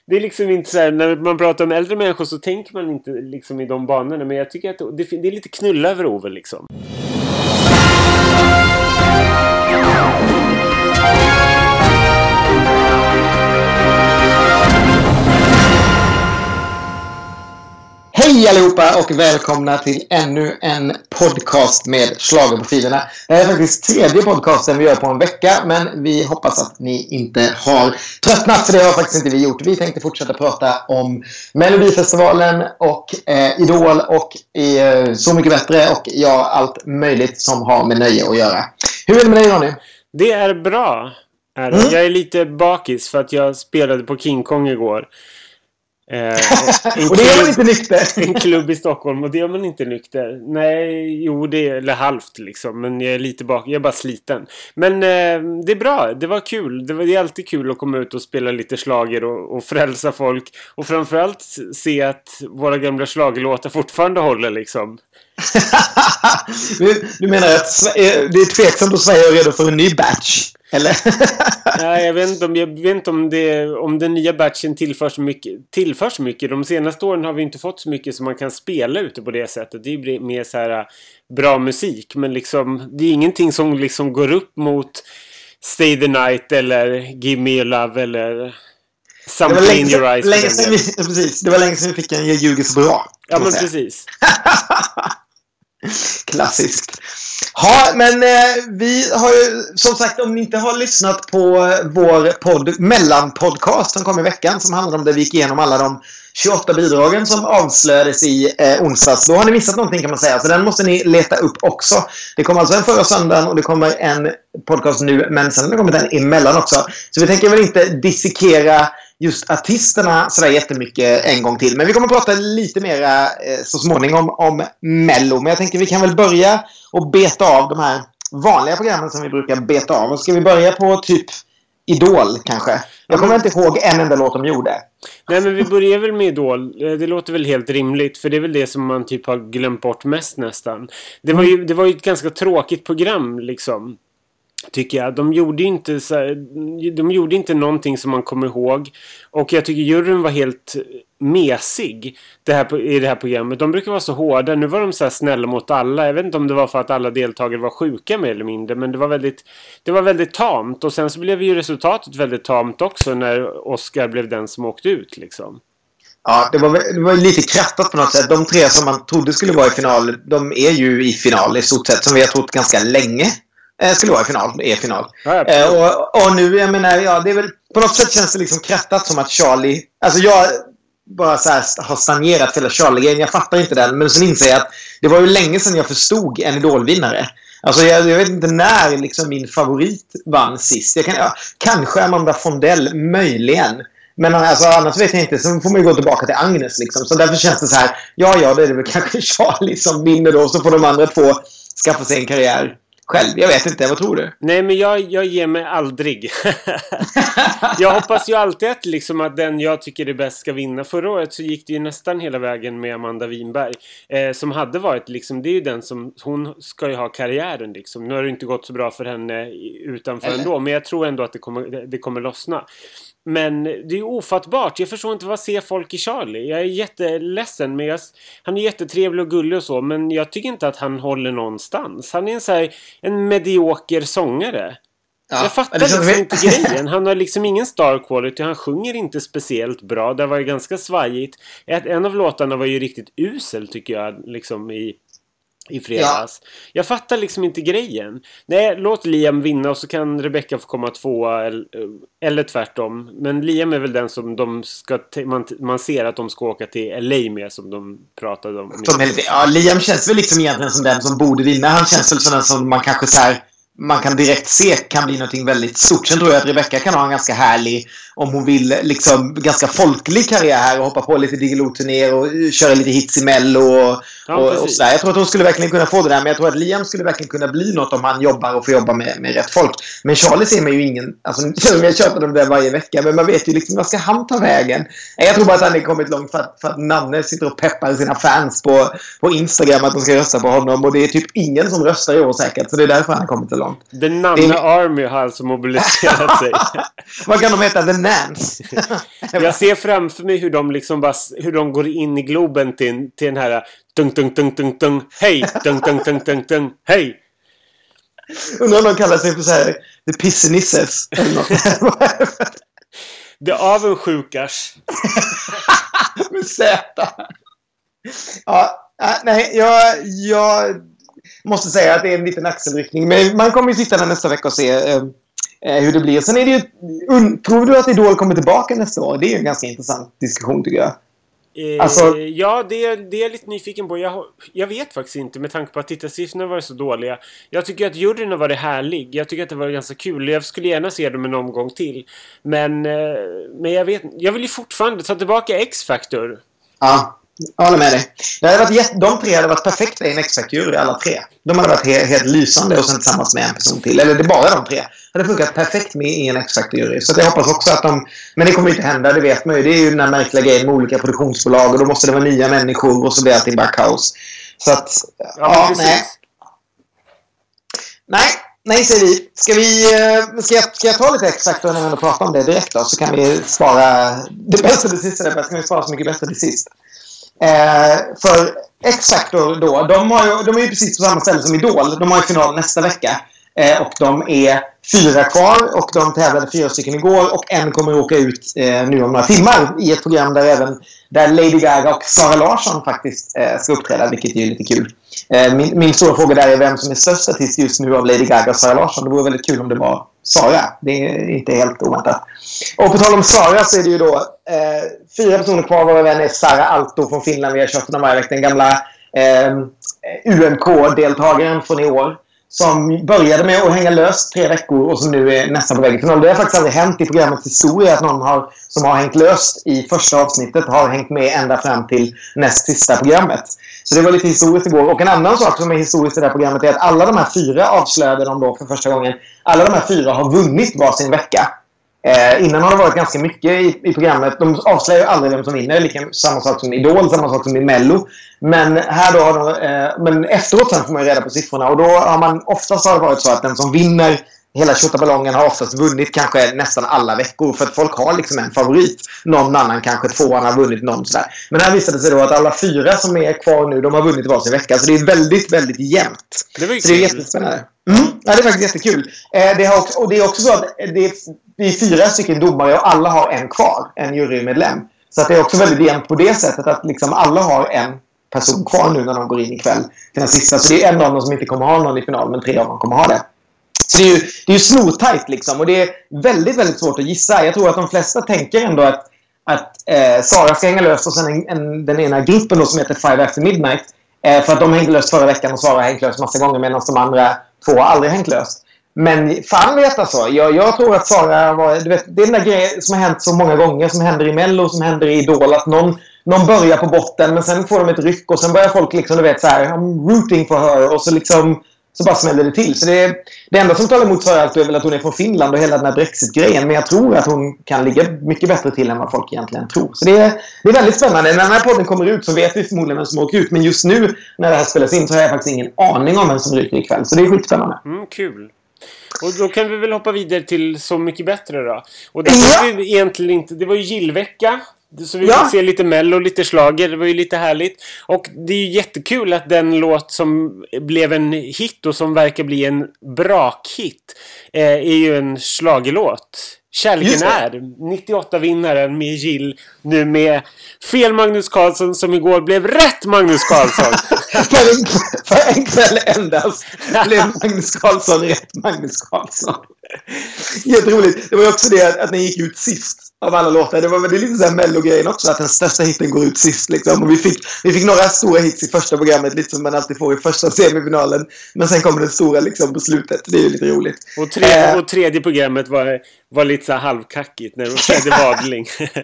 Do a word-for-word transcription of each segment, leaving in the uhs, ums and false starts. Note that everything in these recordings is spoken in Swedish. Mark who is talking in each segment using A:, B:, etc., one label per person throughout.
A: det är liksom inte så här, när man pratar om äldre människor så tänker man inte liksom i de banorna. Men jag tycker att det, det är lite knulla över Ove liksom.
B: Hej allihopa och välkomna till ännu en podcast med Schlagerprofilerna. Det här är faktiskt tredje podcasten vi gör på en vecka, men vi hoppas att ni inte har tröttnat, för det har faktiskt inte vi gjort. Vi tänkte fortsätta prata om Melodifestivalen och eh, Idol och eh, Så mycket bättre och ja, allt möjligt som har med nöje att göra. Hur är det med dig, Ronny?
A: Det är bra. Är det? Mm. Jag är lite bakis för att jag spelade på King Kong igår. Eh,
B: och det gör man inte nykter.
A: En klubb i Stockholm, och det gör man inte nykter. Nej, jo det är eller halvt liksom. Men jag är lite bak, jag är bara sliten. Men eh, det är bra, det var kul. Det, var, det är alltid kul att komma ut och spela lite slager och, och frälsa folk. Och framförallt se att våra gamla slagerlåtar fortfarande håller liksom.
B: du, du menar att det är tveksamt att Sverige är redo för en ny batch? Eller?
A: Nej, jag vet inte om, jag vet inte om, det, om den nya batchen tillförs mycket, tillförs mycket. De senaste åren har vi inte fått så mycket som man kan spela ute på det sättet. Det är mer så här bra musik. Men liksom, det är ingenting som liksom går upp mot Stay the Night eller Give Me a Love eller Something in Your Eyes.
B: Länge sedan vi, precis, det var länge sedan vi fick en Jag ljuger så bra.
A: Ja, men säga. Precis.
B: Klassiskt. Ja, men eh, vi har ju, som sagt, om ni inte har lyssnat på vår podd, mellanpodcast som kom i veckan, som handlar om det vi gick igenom alla de tjugoåtta bidragen som avslöjades i eh, onsdags. Då har ni missat någonting kan man säga, så den måste ni leta upp också. Det kommer alltså en förra söndagen och det kommer en podcast nu, men sen kommer den emellan också. Så vi tänker väl inte dissekera just artisterna sådär jättemycket en gång till. Men vi kommer att prata lite mer eh, så småningom om Mello. Men jag tänker vi kan väl börja och beta av de här vanliga programmen som vi brukar beta av. Och ska vi börja på typ Idol kanske? Jag kommer inte ihåg en enda låt de gjorde.
A: Nej, men vi börjar väl med Idol. Det låter väl helt rimligt, för det är väl det som man typ har glömt bort mest nästan. Det var ju, det var ju ett ganska tråkigt program liksom. Tycker jag. De gjorde inte så här, de gjorde inte någonting som man kommer ihåg. Och jag tycker juryn var helt mesig det här, i det här programmet. De brukar vara så hårda. Nu var de så här snälla mot alla. Jag vet inte om det var för att alla deltagare var sjuka mer eller mindre. Men det var väldigt, det var väldigt tamt. Och sen så blev ju resultatet väldigt tamt också när Oscar blev den som åkte ut liksom.
B: Ja, det var, det var lite krattat på något sätt. De tre som man trodde skulle vara i final, de är ju i final i stort sett, som vi har trott ganska länge skulle vara i final, är final.
A: Ja,
B: eh, och, och nu, jag menar, ja, det är väl på något sätt känns det liksom krattat som att Charlie, alltså jag bara så här har stagnerat hela Charlie-grejen, jag fattar inte den, men sen inser jag att det var ju länge sedan jag förstod en idolvinnare. Alltså jag, jag vet inte när liksom min favorit vann sist. Jag kan, ja, kanske Amanda Fondell, möjligen. Men alltså, annars vet jag inte, så får man ju gå tillbaka till Agnes liksom. Så därför känns det så här, ja ja, det är väl kanske Charlie som vinner då, så får de andra två skaffa sig en karriär själv. Jag vet inte, vad tror du?
A: Nej, men jag, jag ger mig aldrig. Jag hoppas ju alltid att, liksom, att den jag tycker är bäst ska vinna. Förra året så gick det ju nästan hela vägen med Amanda Winberg. Eh, som hade varit, liksom, det är ju den som, hon ska ju ha karriären liksom. Nu har det inte gått så bra för henne utanför Eller? ändå. Men jag tror ändå att det kommer, det, det kommer lossna. Men det är ju ofattbart. Jag förstår inte vad ser folk i Charlie. Jag är jätteledsen, men jag, han är jättetrevlig och gullig och så. Men jag tycker inte att han håller någonstans. Han är en så här, en medioker sångare. Ja, jag fattar liksom vi... inte grejen. Han har liksom ingen star quality. Han sjunger inte speciellt bra. Det var ju ganska svajigt. En av låtarna var ju riktigt usel tycker jag, liksom i i fredags. Ja. Jag fattar liksom inte grejen. Nej, låt Liam vinna och så kan Rebecca få komma tvåa eller, eller tvärtom. Men Liam är väl den som de ska te- man, man ser att de ska åka till L A med, som de pratade om.
B: Som, ja, Liam känns väl liksom egentligen som den som borde vinna. Han känns väl som den som man kanske så här, man kan direkt se kan bli något väldigt stort. Sen tror jag att Rebecca kan ha en ganska härlig, om hon vill, liksom ganska folklig karriär och hoppa på lite Diggiloo-turnéer och köra lite hits i Mello och, ja, och, och sådär. Jag tror att hon skulle verkligen kunna få det där, men jag tror att Liam skulle verkligen kunna bli något om han jobbar och får jobba med, med rätt folk. Men Charlie ser man ju ingen, alltså jag tjatar om det varje vecka, men man vet ju liksom, vad ska han ta vägen? Jag tror bara att han är kommit långt för att, för att Nanne sitter och peppar sina fans på, på Instagram att de ska rösta på honom, och det är typ ingen som röstar i år säkert, så det är därför han har kommit så långt. sånt.
A: The Nanna är... Army har alltså mobiliserat sig.
B: Vad kan de heta? The Nans?
A: Jag ser framför mig hur de liksom bara, hur de går in i Globen till, till den här tung tung tung tung tung hej tung tung tung tung tung hej.
B: Undrar om de kallar sig för så här The Pissenisses eller något.
A: The Avundsjukars.
B: Med Z. Ja, nej, jag, jag måste säga att det är en liten axelryckning. Men man kommer ju sitta där nästa vecka och se eh, hur det blir. Sen är det ju, un, tror du att Idol kommer tillbaka nästa år? Det är ju en ganska intressant diskussion tycker jag.
A: Eh, alltså, ja, det, det är jag lite nyfiken på. Jag, jag vet faktiskt inte med tanke på att tittarsiffrorna var så dåliga. Jag tycker att juryn har varit härlig. Jag tycker att det var ganska kul. Jag skulle gärna se dem en omgång till. Men, eh, men jag vet, jag vill ju fortfarande ta tillbaka X-Factor.
B: Ja. Jag håller med dig. Det hade varit jätt... De tre hade varit perfekta i en X-Factor, alla tre. De hade varit helt, helt lysande och sen tillsammans med en person till. Eller det är bara de tre. Det hade funkat perfekt med i en X-Factor. Så jag hoppas också att de... Men det kommer inte hända, det vet man ju. Det är ju den här märkliga grejen med olika produktionsbolag och då måste det vara nya människor och så blir allting bara kaos. Så att... Ja, ja nej. Nej, nej säger vi. Ska vi... Ska jag, ska jag ta lite X-Factor när vi pratar om det direkt då? Så kan vi spara... Det bästa det sista, det bästa kan vi spara så mycket bättre det sist. Eh, för X-Factor då, de, har ju, de är ju precis på samma ställe som Idol. De har ju final nästa vecka. Eh, och de är fyra kvar och de tävlade fyra stycken igår och en kommer åka ut eh, nu om några timmar i ett program där även där Lady Gaga och Sara Larsson faktiskt eh, ska uppträda, vilket är ju lite kul. Eh, min, min stora fråga där är vem som är störst artist just nu av Lady Gaga och Sara Larsson. Det vore väldigt kul om det var Sara. Det är inte helt oväntat. Och på tal om Sara så är det ju då eh, fyra personer kvar varav en är Sara Alto från Finland. Vi har kört den här den gamla eh, U M K-deltagaren från i år. Som började med att hänga löst tre veckor och som nu är nästan på väg till final. Det har faktiskt aldrig hänt i programmets historia att någon har, som har hängt löst i första avsnittet har hängt med ända fram till näst sista programmet. Så det var lite historiskt igår. Och en annan sak som är historiskt i det här programmet är att alla de här fyra avslöjade de då för första gången. Alla de här fyra har vunnit var sin vecka. Eh, innan har det varit ganska mycket i, i programmet. De avslöjar ju aldrig vem som vinner. Lika samma sak som Idol, samma sak som i Mello. Men här då har de, eh, men efteråt sen får man ju reda på siffrorna. Och då har man oftast har det varit så att den som vinner hela tjottaballongen har oftast vunnit kanske nästan alla veckor. För att folk har liksom en favorit. Någon annan kanske tvåan har vunnit någon sådär. Men här visade det sig då att alla fyra som är kvar nu, de har vunnit var sin vecka. Så det är väldigt, väldigt jämnt. Det var ju så det är jättespännande. Mm. Ja, det är faktiskt jättekul. Eh, det har också, och det är också så att det är, det är fyra stycken domare och alla har en kvar. En jurymedlem. Så att det är också väldigt jämnt på det sättet att liksom alla har en person kvar nu när de går in ikväll till den sista. Så det är en av dem som inte kommer ha någon i final, men tre av dem kommer ha det. Så det är ju, det är ju snortajt liksom. Och det är väldigt, väldigt svårt att gissa. Jag tror att de flesta tänker ändå att, att eh, Sara ska hänga löst och sen en, en, den ena gruppen då som heter Five After Midnight. Eh, för att de hängde löst förra veckan och Sara har hängt löst massa gånger medan de andra två har aldrig hängt löst. Men fan vet alltså. Jag, jag tror att Sara var... Du vet, det är den där grejen som har hänt så många gånger. Som händer i Mello, som händer i Idol. Att någon, någon börjar på botten men sen får de ett ryck. Och sen börjar folk liksom, du vet så här, I'm rooting for her. Och så liksom... Så bara smäller det till. Så det, det enda som talar emot Sara Alto är väl att hon är från Finland och hela den här Brexit-grejen. Men jag tror att hon kan ligga mycket bättre till än vad folk egentligen tror. Så det är, det är väldigt spännande. När den här podden kommer ut så vet vi förmodligen vem som åker ut. Men just nu när det här spelas in så har jag faktiskt ingen aning om vem som ryker ikväll. Så det är skitspännande.
A: Mm, kul. Och då kan vi väl hoppa vidare till Så mycket bättre då. Och det var ju egentligen inte... Det var ju Gillvecka. Så vi
B: ja.
A: fick se lite Mello och lite slager. Det var ju lite härligt. Och det är ju jättekul att den låt som blev en hit och som verkar bli en brakhit eh, är ju en slagelåt. Kärleken är nittioåtta-vinnaren med Gill. Nu med fel Magnus Carlsson som igår blev rätt Magnus Carlsson.
B: för, en, för en kväll endast blev Magnus Carlsson rätt Magnus Carlsson. Jätteroligt. Det var ju också det att, att den gick ut sist av alla låtar. Det var väl lite så här Mello-grejen också att den största hitten går ut sist liksom. Och vi fick, vi fick några stora hits i första programmet lite som man alltid får i första semifinalen. Men sen kommer den stora liksom på slutet. Det är ju lite roligt.
A: Och, tre, eh. och tredje programmet var, var lite så här halvkackigt när de skedde vadling.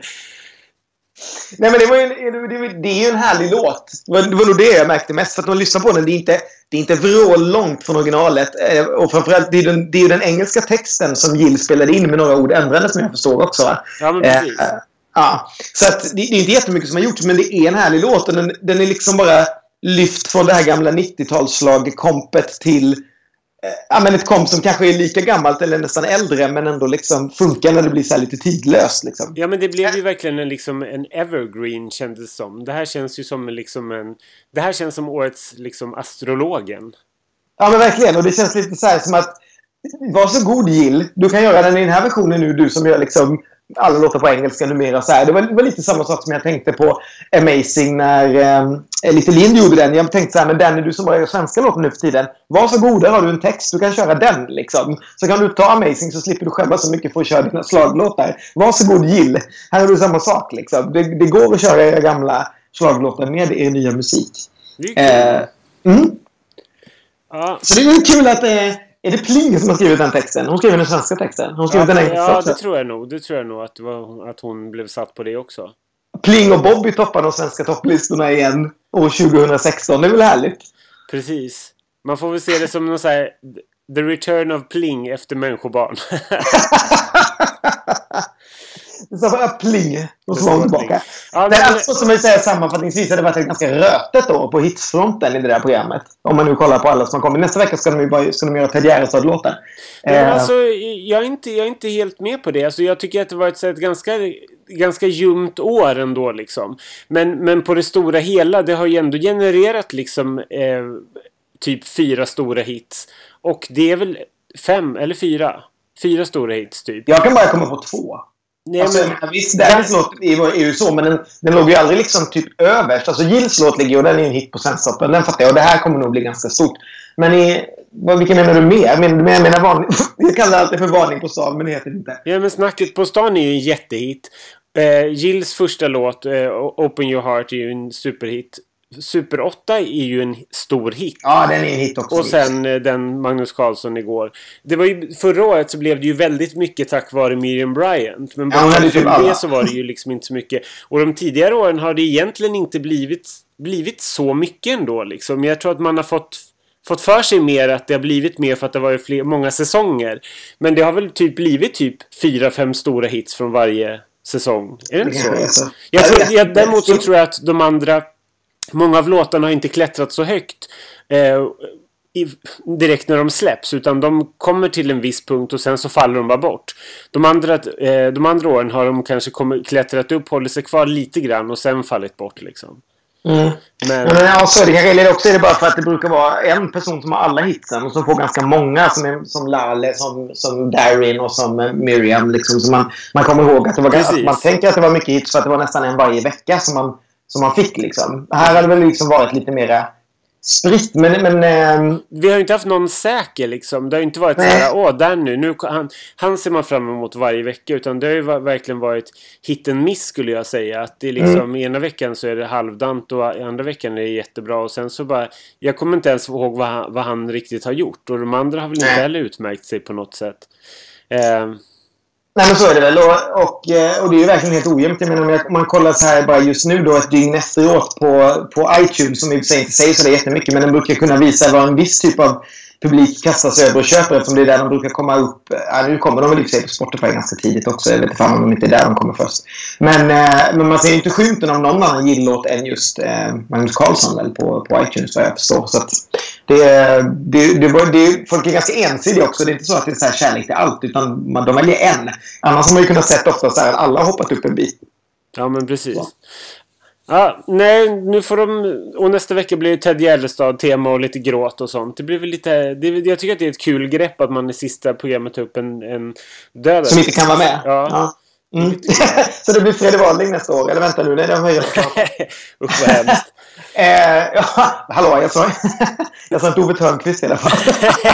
B: Nej men det, var ju, det, det är ju en härlig låt. Det var, det var nog det jag märkte mest. För att man lyssnar på den, det är inte, det är inte vrål långt från originalet. Och framförallt, det är, den, det är ju den engelska texten som Gill spelade in med några ord ändrade som jag förstår också. Va?
A: Ja men precis.
B: Eh, ja. Så att det, det är inte jättemycket som har gjorts, men det är en härlig låt. Och den, den är liksom bara lyft från det här gamla nittiotalsslag kompet till ja, men ett komp som kanske är lika gammalt eller nästan äldre, men ändå liksom funkar när det blir så här lite tidlöst liksom.
A: Ja, men det blev ju verkligen en, liksom, en evergreen kändes som. Det här känns ju som liksom en... Det här känns som årets liksom astrologen.
B: Ja, men verkligen. Och det känns lite så här som att var så god, Jill. Du kan göra den i den här versionen nu, du som gör liksom alla låtar på engelska numera så här. Det var, det var lite samma sak som jag tänkte på Amazing när eh, Little Lind gjorde den. Jag tänkte så här, men Danny, du som bara gör svenska låtar nu för tiden, var så god, där har du en text, du kan köra den liksom. Så kan du ta Amazing så slipper du skämma så mycket för att köra dina slaglåtar. Var så god, Jill. Här har du samma sak liksom. Det, det går att köra era gamla slaglåtar med er nya musik.
A: Det är kul.
B: Eh, mm.
A: Ja.
B: Så det är ju kul att eh, är det Pling som har skrivit den texten? Hon skrev den svenska texten. Hon skrev
A: ja,
B: den engelska
A: ja,
B: också.
A: det tror jag nog. Det tror jag nog att, det var, att hon blev satt på det också.
B: Pling och Bobby toppar de svenska topplistorna igen år tjugohundrasexton. Det är väl härligt?
A: Precis. Man får väl se det som någon så här The Return of Pling efter människobarn.
B: Så var jag Pling och så var hon tillbaka.
A: Ja,
B: det är
A: men...
B: alltså, som jag säger sammanfattningsvis, har det varit ett ganska rötet år på hitsfronten i det där programmet. Om man nu kollar på alla som har kommit. Nästa vecka ska de ju bara, ska de göra Ted Gärdestad-låten.
A: Ja, eh... alltså, jag, är inte, jag är inte helt med på det. Alltså, jag tycker att det var ett, ett ganska, ganska ljumt år ändå. Liksom. Men, men på det stora hela, det har ju ändå genererat liksom, eh, typ fyra stora hits. Och det är väl fem eller fyra? Fyra stora hits typ.
B: Jag kan bara komma på två. Nej, alltså, men... visst, Dannys låt är ju så, men den, den låg ju aldrig liksom typ överst. Alltså Gills låt ligger och den är en hit på Svensktoppen. Den fattar jag, och det här kommer nog bli ganska stort. Men i, vad, vilken menar du mer? Men, men jag menar varning, jag kallar det alltid för varning på stan, men det heter det inte.
A: Ja, men Snacket på stan är ju en jättehit. Uh, Gills första låt, uh, Open Your Heart, är ju en superhit. Super åtta är ju en stor hit.
B: Ja, den är en hit också.
A: Och sen uh, den Magnus Carlsson igår. Det var ju, förra året så blev det ju väldigt mycket tack vare Miriam Bryant. Men bara ja, för det, det så var det ju liksom inte så mycket. Och de tidigare åren har det egentligen inte blivit, blivit så mycket ändå liksom. Jag tror att man har fått fått för sig mer att det har blivit mer för att det var ju fler, många säsonger. Men det har väl typ blivit typ fyra, fem stora hits från varje säsong. Är det inte så?
B: Ja, så.
A: Jag tror, jag, däremot så tror jag att de andra, många av låtarna har inte klättrat så högt eh, i, direkt när de släpps, utan de kommer till en viss punkt och sen så faller de bara bort. De andra, eh, de andra åren har de kanske kommit, klättrat upp, håller sig kvar lite grann och sen fallit bort liksom.
B: Mm. Men, men ja, så är det kanske, eller också är det bara för att det brukar vara en person som har alla hitsen och som får ganska många, som, är, som Lale, som, som Darin och som Miriam liksom, så man, man kommer ihåg att det var att man tänker att det var mycket hits för att det var nästan en varje vecka som man, som man fick liksom. Här hade det väl liksom varit lite mera spritt, men... men äh...
A: vi har ju inte haft någon säker liksom. Det har ju inte varit såhär, åh, där nu. nu han, han ser man fram emot varje vecka. Utan det har ju verkligen varit hit and miss, skulle jag säga. Att det är liksom, mm. ena veckan så är det halvdant och andra veckan är det jättebra. Och sen så bara, jag kommer inte ens ihåg vad han, vad han riktigt har gjort. Och de andra har väl inte heller utmärkt sig på något sätt. Eh...
B: Nej, men så är det väl. Och, och, och det är ju verkligen helt ojämnt. Jag menar, om man kollar så här bara just nu då, ett dygn efteråt på, på iTunes, som i och för sig inte säger så det jättemycket, men den brukar kunna visa vad en viss typ av publik kastar sig över och köper, eftersom det är där de brukar komma upp. Ja, nu kommer de väl i och för sig på Spotify ganska tidigt också. Jag vet inte fan om de inte är där de kommer först. Men, eh, men man ser inte skymten av någon annan gillåt än just eh, Magnus Carlsson väl, på, på iTunes, vad jag förstår. Så att det, det, det, det, det, folk är ganska ensidiga också. Det är inte så att det är så här kärlek till allt, utan man, de väljer en. Annars har man ju kunnat sett ofta så här att alla har hoppat upp en bit.
A: Ja, men precis. Så. Ja, nej, nu får de, och nästa vecka blir det Ted Gärdestad tema och lite gråt och sånt. Det blir väl lite, det, jag tycker att det är ett kul grepp att man i sista programmet tar upp en, en död
B: som inte kan vara med.
A: Ja.
B: Ja. Mm. Så det blir Fredrik Wadling nästa år. Eller vänta nu, nej, det har jag
A: usch vad hemskt.
B: eh, ja, hallå, jag sa jag sa inte Ove Thörnqvist i alla fall.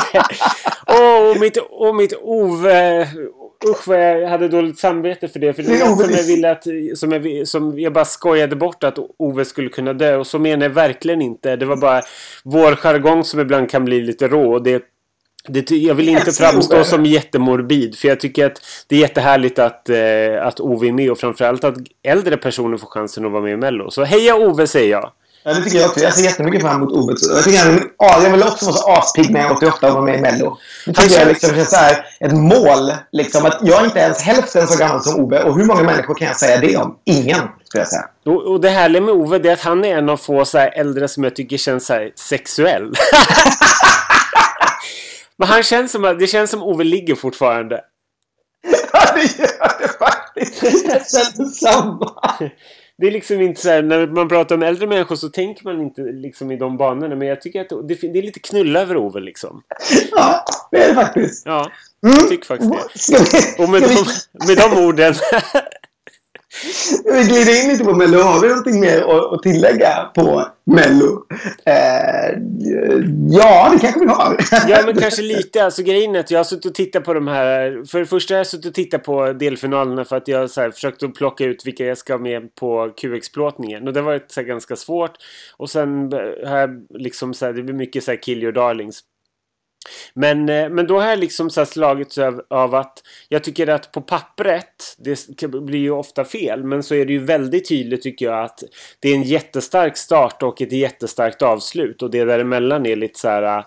A: Åh, oh, mitt, oh, mitt Ove... Usch vad jag hade dåligt samvete för det. För det är något som jag ville att, som jag, som jag bara skojade bort att Ove skulle kunna dö. Och så menar jag verkligen inte. Det var bara vår jargong som ibland kan bli lite rå. Och det, det, jag vill inte framstå som jättemorbid. För jag tycker att det är jättehärligt att, eh, att Ove är med. Och framförallt att äldre personer får chansen att vara med i Mello. Så heja Ove, säger jag.
B: Ja, det tycker jag också. Jag ser jättemycket fram emot Ove. Jag tycker han, ja, jag vill också vara så aspigg med åttioåtta och vara med i Mello. Det tycker jag liksom är så här ett mål. Liksom, att jag är inte ens hälften så gammal som Ove. Och hur många människor kan jag säga det om? Ingen, skulle jag säga.
A: Och, och det härliga med Ove är att han är en av få så här äldre som jag tycker känns så här sexuell. Men han känns som, det känns som Ove ligger fortfarande.
B: Ja, det gör det faktiskt. Jag känner samma.
A: Det är liksom inte så här, när man pratar om äldre människor så tänker man inte liksom i de banorna. Men jag tycker att det, det är lite knulla över Ove liksom.
B: Ja, det är det faktiskt.
A: Ja,
B: mm.
A: jag tycker faktiskt det.
B: Ska vi,
A: och med,
B: ska
A: de,
B: vi...
A: med de orden...
B: Vi glider in lite på Mello. Har vi någonting mer att, att tillägga på Mello? Eh, ja, det kanske vi har.
A: Ja, men kanske lite. Alltså grejen är att jag har suttit och tittat på de här. För det första har jag suttit och tittat på delfinalerna för att jag så här, försökt att plocka ut vilka jag ska med på Q X-plåtningen. Och det var så här, ganska svårt. Och sen här liksom så här, det blir mycket så här kill your darlings. Men, men då har jag liksom så här slagits av, av att jag tycker att på pappret, det blir ju ofta fel, men så är det ju väldigt tydligt tycker jag att det är en jättestark start och ett jättestarkt avslut och det däremellan är lite så här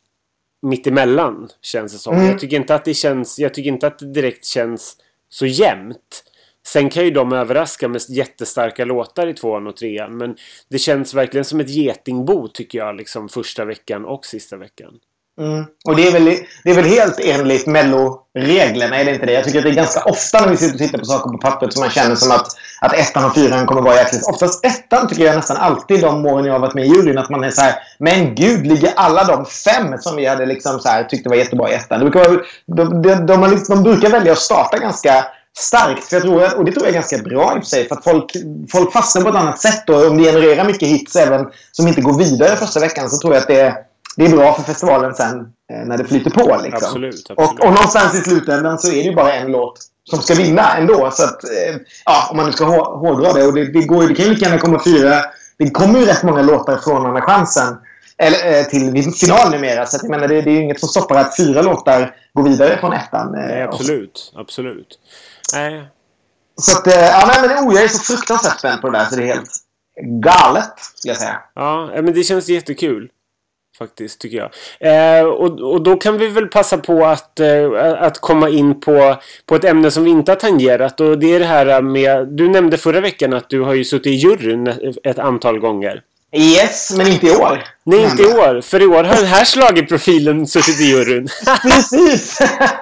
A: mittemellan känns det som. Mm. Jag tycker inte att det känns, jag tycker inte att det direkt känns så jämnt. Sen kan ju de överraska med jättestarka låtar i tvåan och trean, men det känns verkligen som ett getingbo tycker jag liksom första veckan och sista veckan.
B: Mm. Och det är, väl, det är väl helt enligt Mello-reglerna, är det inte det? Jag tycker att det är ganska ofta när vi sitter och tittar på saker på pappret som man känner som att, att ettan och fyran kommer vara jäkligt. Oftast ettan tycker jag nästan alltid de åren jag har varit med i juryn att man är så här, men gud, ligger alla de fem som vi hade liksom så här, tyckte var jättebra i ettan. Det brukar vara, de, de, de, de, de brukar välja att starta ganska starkt, för jag tror att, och det tror jag är ganska bra i och för sig, för att folk, folk fastnar på ett annat sätt och om det genererar mycket hits även som inte går vidare första veckan så tror jag att det är Det är bra för festivalen sen eh, när det flyter på. Liksom.
A: Absolut, absolut.
B: Och, och någonstans i slutändan så är det ju bara en låt som ska vinna ändå. Så att, eh, ja, om man nu ska hå- hårdra det. Och det, det, går, det kan ju lika gärna komma fyra. Det kommer ju rätt många låtar från Andra chansen. Eller eh, till final numera. Så att, jag menar, det, det är ju inget som stoppar att fyra låtar går vidare från ettan. Eh,
A: nej, absolut. Och... Absolut. Nej.
B: Så att, eh, ja, nej, men oh, jag är så fruktansvärt spänd på det där så det är helt galet, skulle jag säga.
A: Ja, men det känns jättekul. Faktiskt tycker jag. Eh, och, och då kan vi väl passa på att, eh, att komma in på, på ett ämne som vi inte har tangerat. Och det är det här med... Du nämnde förra veckan att du har ju suttit i juryn ett antal gånger.
B: Yes, men inte i år.
A: Nej, inte i år. För i år har den här slagprofilen suttit i juryn.
B: Precis!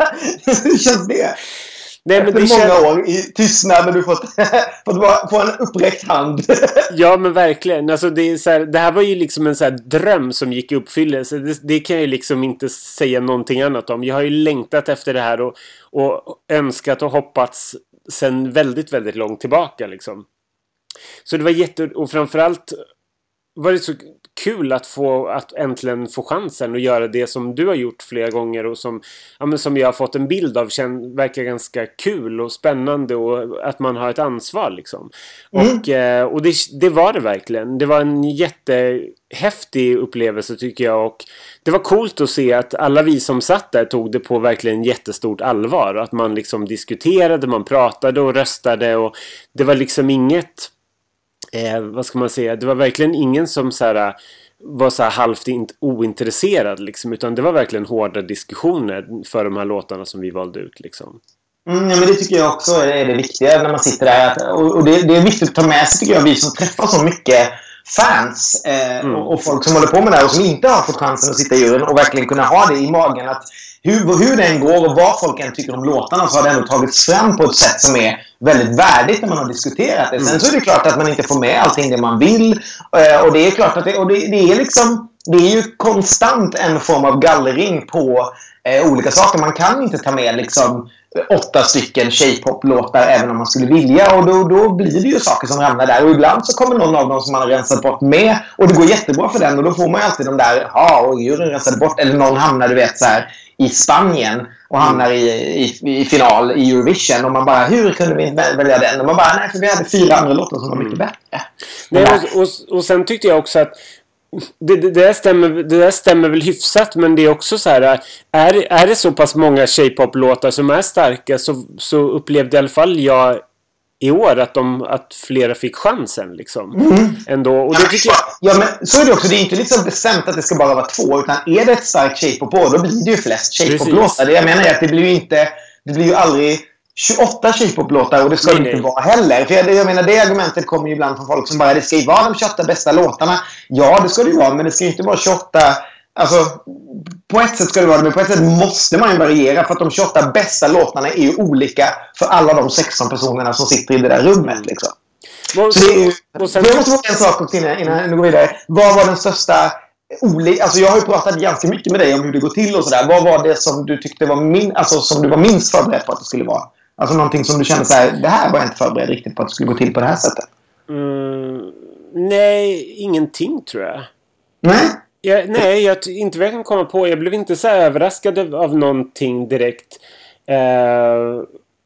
B: Hur känns det? Nej, men efter det många känns... år i tystnad när du fått, fått få en uppräckt hand.
A: Ja, men verkligen. Alltså, det, är så här, det här var ju liksom en så här dröm som gick i uppfyllelse. Det, det kan jag ju liksom inte säga någonting annat om. Jag har ju längtat efter det här och, och önskat och hoppats sen väldigt, väldigt långt tillbaka. Liksom. Så det var jätte... Och framförallt var det så kul att få att äntligen få chansen att göra det som du har gjort flera gånger och som, ja, men som jag har fått en bild av känn, verkar ganska kul och spännande och att man har ett ansvar liksom. Mm. Och, eh, och det, det var det verkligen. Det var en jättehäftig upplevelse tycker jag och det var coolt att se att alla vi som satt där tog det på verkligen jättestort allvar och att man liksom diskuterade, man pratade och röstade och det var liksom inget Eh, vad ska man säga? Det var verkligen ingen som så här, var så här halvt inte ointresserad liksom, utan det var verkligen hårda diskussioner för de här låtarna som vi valde ut liksom.
B: Mm, ja, men det tycker jag också är det viktiga när man sitter där att, och, och det, det är viktigt att ta med sig tycker jag, vi som träffar så mycket fans eh, mm. och, och folk som håller på med det här och som inte har fått chansen att sitta i juryn och verkligen kunna ha det i magen att hur, hur det än går och vad folk än tycker om låtarna så har det ändå tagits fram på ett sätt som är väldigt värdigt när man har diskuterat det. Sen så är det klart att man inte får med allting det man vill eh, och det är klart att det, och det, det är liksom det är ju konstant en form av gallring på eh, olika saker. Man kan inte ta med liksom åtta stycken K-pop-låtar även om man skulle vilja och då, då blir det ju saker som ramlar där och ibland så kommer någon av dem som man har rensat bort med och det går jättebra för den och då får man ju alltid de där ja, och juryn rensade bort eller någon hamnar du vet så här i Spanien och hamnar i, i, i final i Eurovision och man bara, hur kunde vi välja den? Och man bara, nej för vi hade fyra andra låtar som var mycket bättre.
A: Nej, och, och, och sen tyckte jag också att det, det, det, där stämmer, det där stämmer väl hyfsat men det är också så här är, är det så pass många K-pop-låtar som är starka så, så upplevde i alla fall jag i år att, de, att flera fick chansen liksom. Mm. Ändå. Och det tycker jag...
B: Ja, men så är det också. Det är inte liksom bestämt att det ska bara vara två utan är det ett starkt K-pop på då blir det ju flest K-pop-låtar. Det jag menar är att det blir ju inte det blir ju aldrig tjugoåtta K-pop-låtar och det ska nej, inte nej. vara heller. För jag, jag menar, det argumentet kommer ju ibland från folk som bara, det ska ju vara de tjugoåtta bästa låtarna. Ja, det ska det ju vara, men det ska ju inte vara tjugoåtta, alltså på ett sätt ska det vara det, men på ett sätt måste man ju variera för att de tjugoåtta bästa låtarna är ju olika för alla de sexton personerna som sitter i det där rummet liksom. Och, så det är ju, och sen, jag måste få en sak också innan, innan jag går vidare. Vad var den största olika, alltså jag har ju pratat ganska mycket med dig om hur det går till och sådär. Vad var det som du tyckte var min, alltså som du var minst förberedd på att det skulle vara? Alltså någonting som du kände så här, det här var jag inte förberedd riktigt på att det skulle gå till på det här sättet.
A: Mm, nej, ingenting tror jag.
B: Nej?
A: Jag, nej, jag inte vad jag kan komma på. Jag blev inte så överraskad av någonting direkt. Uh,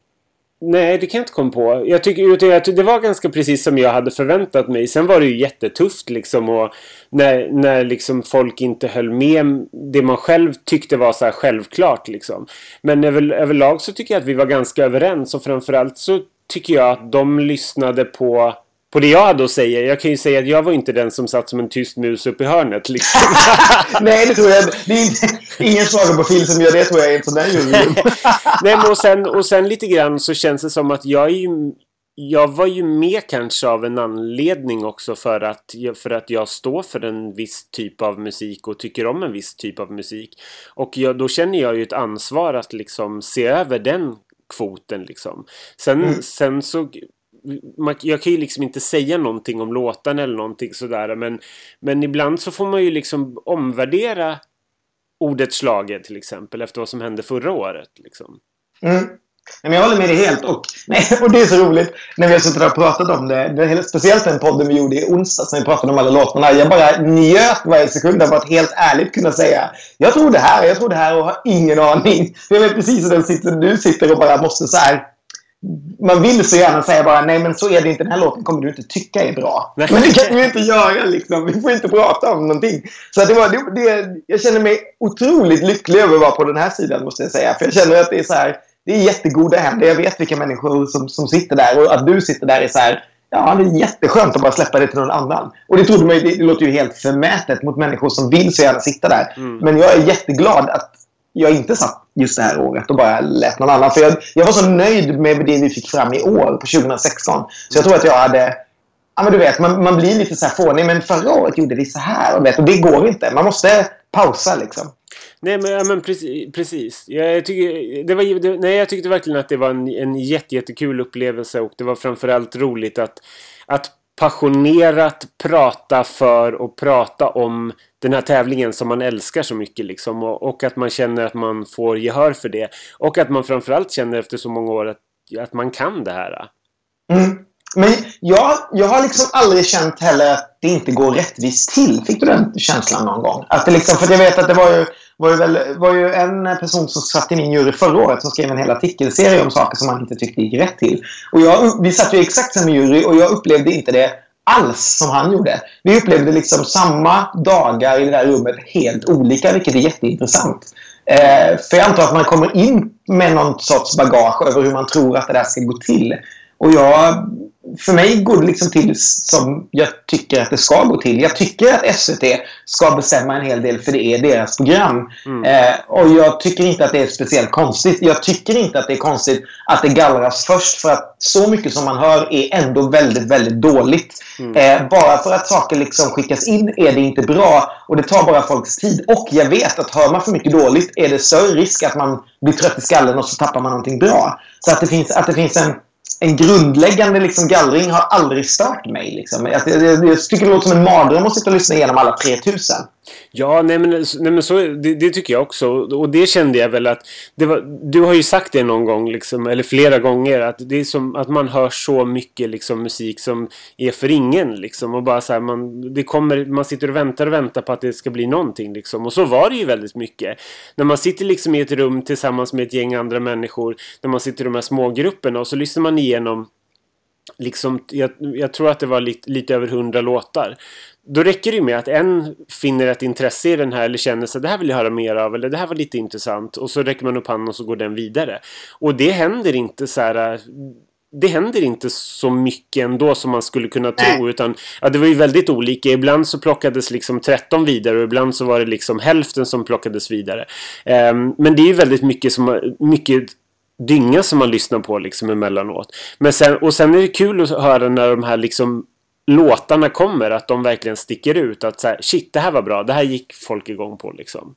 A: nej, det kan jag inte komma på. Jag tycker att det var ganska precis som jag hade förväntat mig. Sen var det ju jättetufft liksom. Och när, när liksom folk inte höll med det man själv tyckte var så här självklart liksom. Men över, överlag så tycker jag att vi var ganska överens. Och framförallt så tycker jag att de lyssnade på... På det jag hade att säga. Jag kan ju säga att jag var inte den som satt som en tyst mus upp i hörnet. Liksom.
B: Nej, det tror jag. Det är inte, ingen slager på film som gör det, tror jag. Inte sån där
A: Nej, men och sen, och sen lite grann så känns det som att jag är ju... Jag var ju med kanske av en anledning också för att, för att jag står för en viss typ av musik och tycker om en viss typ av musik. Och jag, då känner jag ju ett ansvar att liksom se över den kvoten liksom. Sen, mm. sen så... Jag kan ju liksom inte säga någonting om låten eller någonting sådär, men, men ibland så får man ju liksom omvärdera ordet slager till exempel efter vad som hände förra året liksom.
B: Mm. Men jag håller med dig helt och, nej, och det är så roligt när vi har suttit och pratat om det, det är speciellt den podden vi gjorde i onsdags när vi pratade om alla låtarna. Jag bara njöt varje sekund av att helt ärligt kunna säga jag tror det här, jag tror det här och har ingen aning. Jag vet precis hur den sitter, du sitter och bara måste så här. Man vill så gärna säga bara nej, men så är det inte, den här låten kommer du inte tycka är bra. Nej. Men det kan vi inte göra liksom. Vi får inte prata om någonting. Så det var, det, det, jag känner mig otroligt lycklig över att vara på den här sidan, måste jag säga. För jag känner att det är så här, det är jättegoda händer. Jag vet vilka människor som, som sitter där och att du sitter där är så här, ja, det är jätteskönt att bara släppa det till någon annan. Och det trodde man ju, det, det låter ju helt förmätet mot människor som vill så gärna sitta där. Mm. Men jag är jätteglad att jag inte satt just det här året och bara lät någon annan. För jag, jag var så nöjd med det vi fick fram i år på tjugohundrasexton. Så jag tror att jag hade... Ja, men du vet, man, man blir lite så här fånig. Men förra året gjorde vi så här. Och, vet, och det går inte. Man måste pausa liksom.
A: Nej, men, ja, men precis. precis. Jag, tycker, det var, det, nej, jag tyckte verkligen att det var en, en jätte, jättekul upplevelse. Och det var framförallt roligt att... att passionerat prata för och prata om den här tävlingen som man älskar så mycket liksom, och, och att man känner att man får gehör för det och att man framförallt känner efter så många år att, att man kan det här.
B: Mm. Men jag, jag har liksom aldrig känt heller att det inte går rättvist till. Fick du den känslan någon gång? Att det liksom, för jag vet att det var ju, var ju, väl, var ju en person som satt i min jury förra året som skrev en hel artikelserie om saker som man inte tyckte gick rätt till. Och jag, vi satt ju exakt samma jury och jag upplevde inte det alls som han gjorde. Vi upplevde liksom samma dagar i det där rummet helt olika, vilket är jätteintressant. Eh, för jag antar att man kommer in med någon sorts bagage över hur man tror att det där ska gå till. Och jag, för mig går det liksom till som jag tycker att det ska gå till. Jag tycker att S V T ska bestämma en hel del för det är deras program. Mm. Eh, och jag tycker inte att det är speciellt konstigt. Jag tycker inte att det är konstigt att det gallras först för att så mycket som man hör är ändå väldigt, väldigt dåligt. Mm. Eh, bara för att saker liksom skickas in är det inte bra och det tar bara folks tid. Och jag vet att hör man för mycket dåligt är det större risk att man blir trött i skallen och så tappar man någonting bra. Så att det finns, att det finns en En grundläggande liksom gallring har aldrig stört mig. Liksom. Jag, jag, jag tycker det låter som en mardröm att sitta och lyssna igenom alla tre tusen.
A: Ja, nej men, nej men så, det, det tycker jag också. Och det kände jag väl att... Det var, du har ju sagt det någon gång, liksom, eller flera gånger, att det är som att man hör så mycket liksom, musik som är för ingen. Liksom, och bara så här, man, det kommer, man sitter och väntar och väntar på att det ska bli någonting. Liksom. Och så var det ju väldigt mycket. När man sitter liksom i ett rum tillsammans med ett gäng andra människor, när man sitter i de här smågrupperna och så lyssnar man igenom... Liksom, jag, jag tror att det var lite, lite över hundra låtar. Då räcker det med att en finner ett intresse i den här eller känner sig det här vill jag höra mer av eller det här var lite intressant och så räcker man upp handen och så går den vidare. Och det händer inte så här, det händer inte så mycket ändå som man skulle kunna tro, utan ja, det var ju väldigt olika. Ibland så plockades liksom tretton vidare och ibland så var det liksom hälften som plockades vidare. Um, men det är ju väldigt mycket som mycket dynga som man lyssnar på liksom emellanåt. Men sen, och sen är det kul att höra när de här liksom låtarna kommer, att de verkligen sticker ut, att så här, shit, det här var bra, det här gick folk igång på liksom.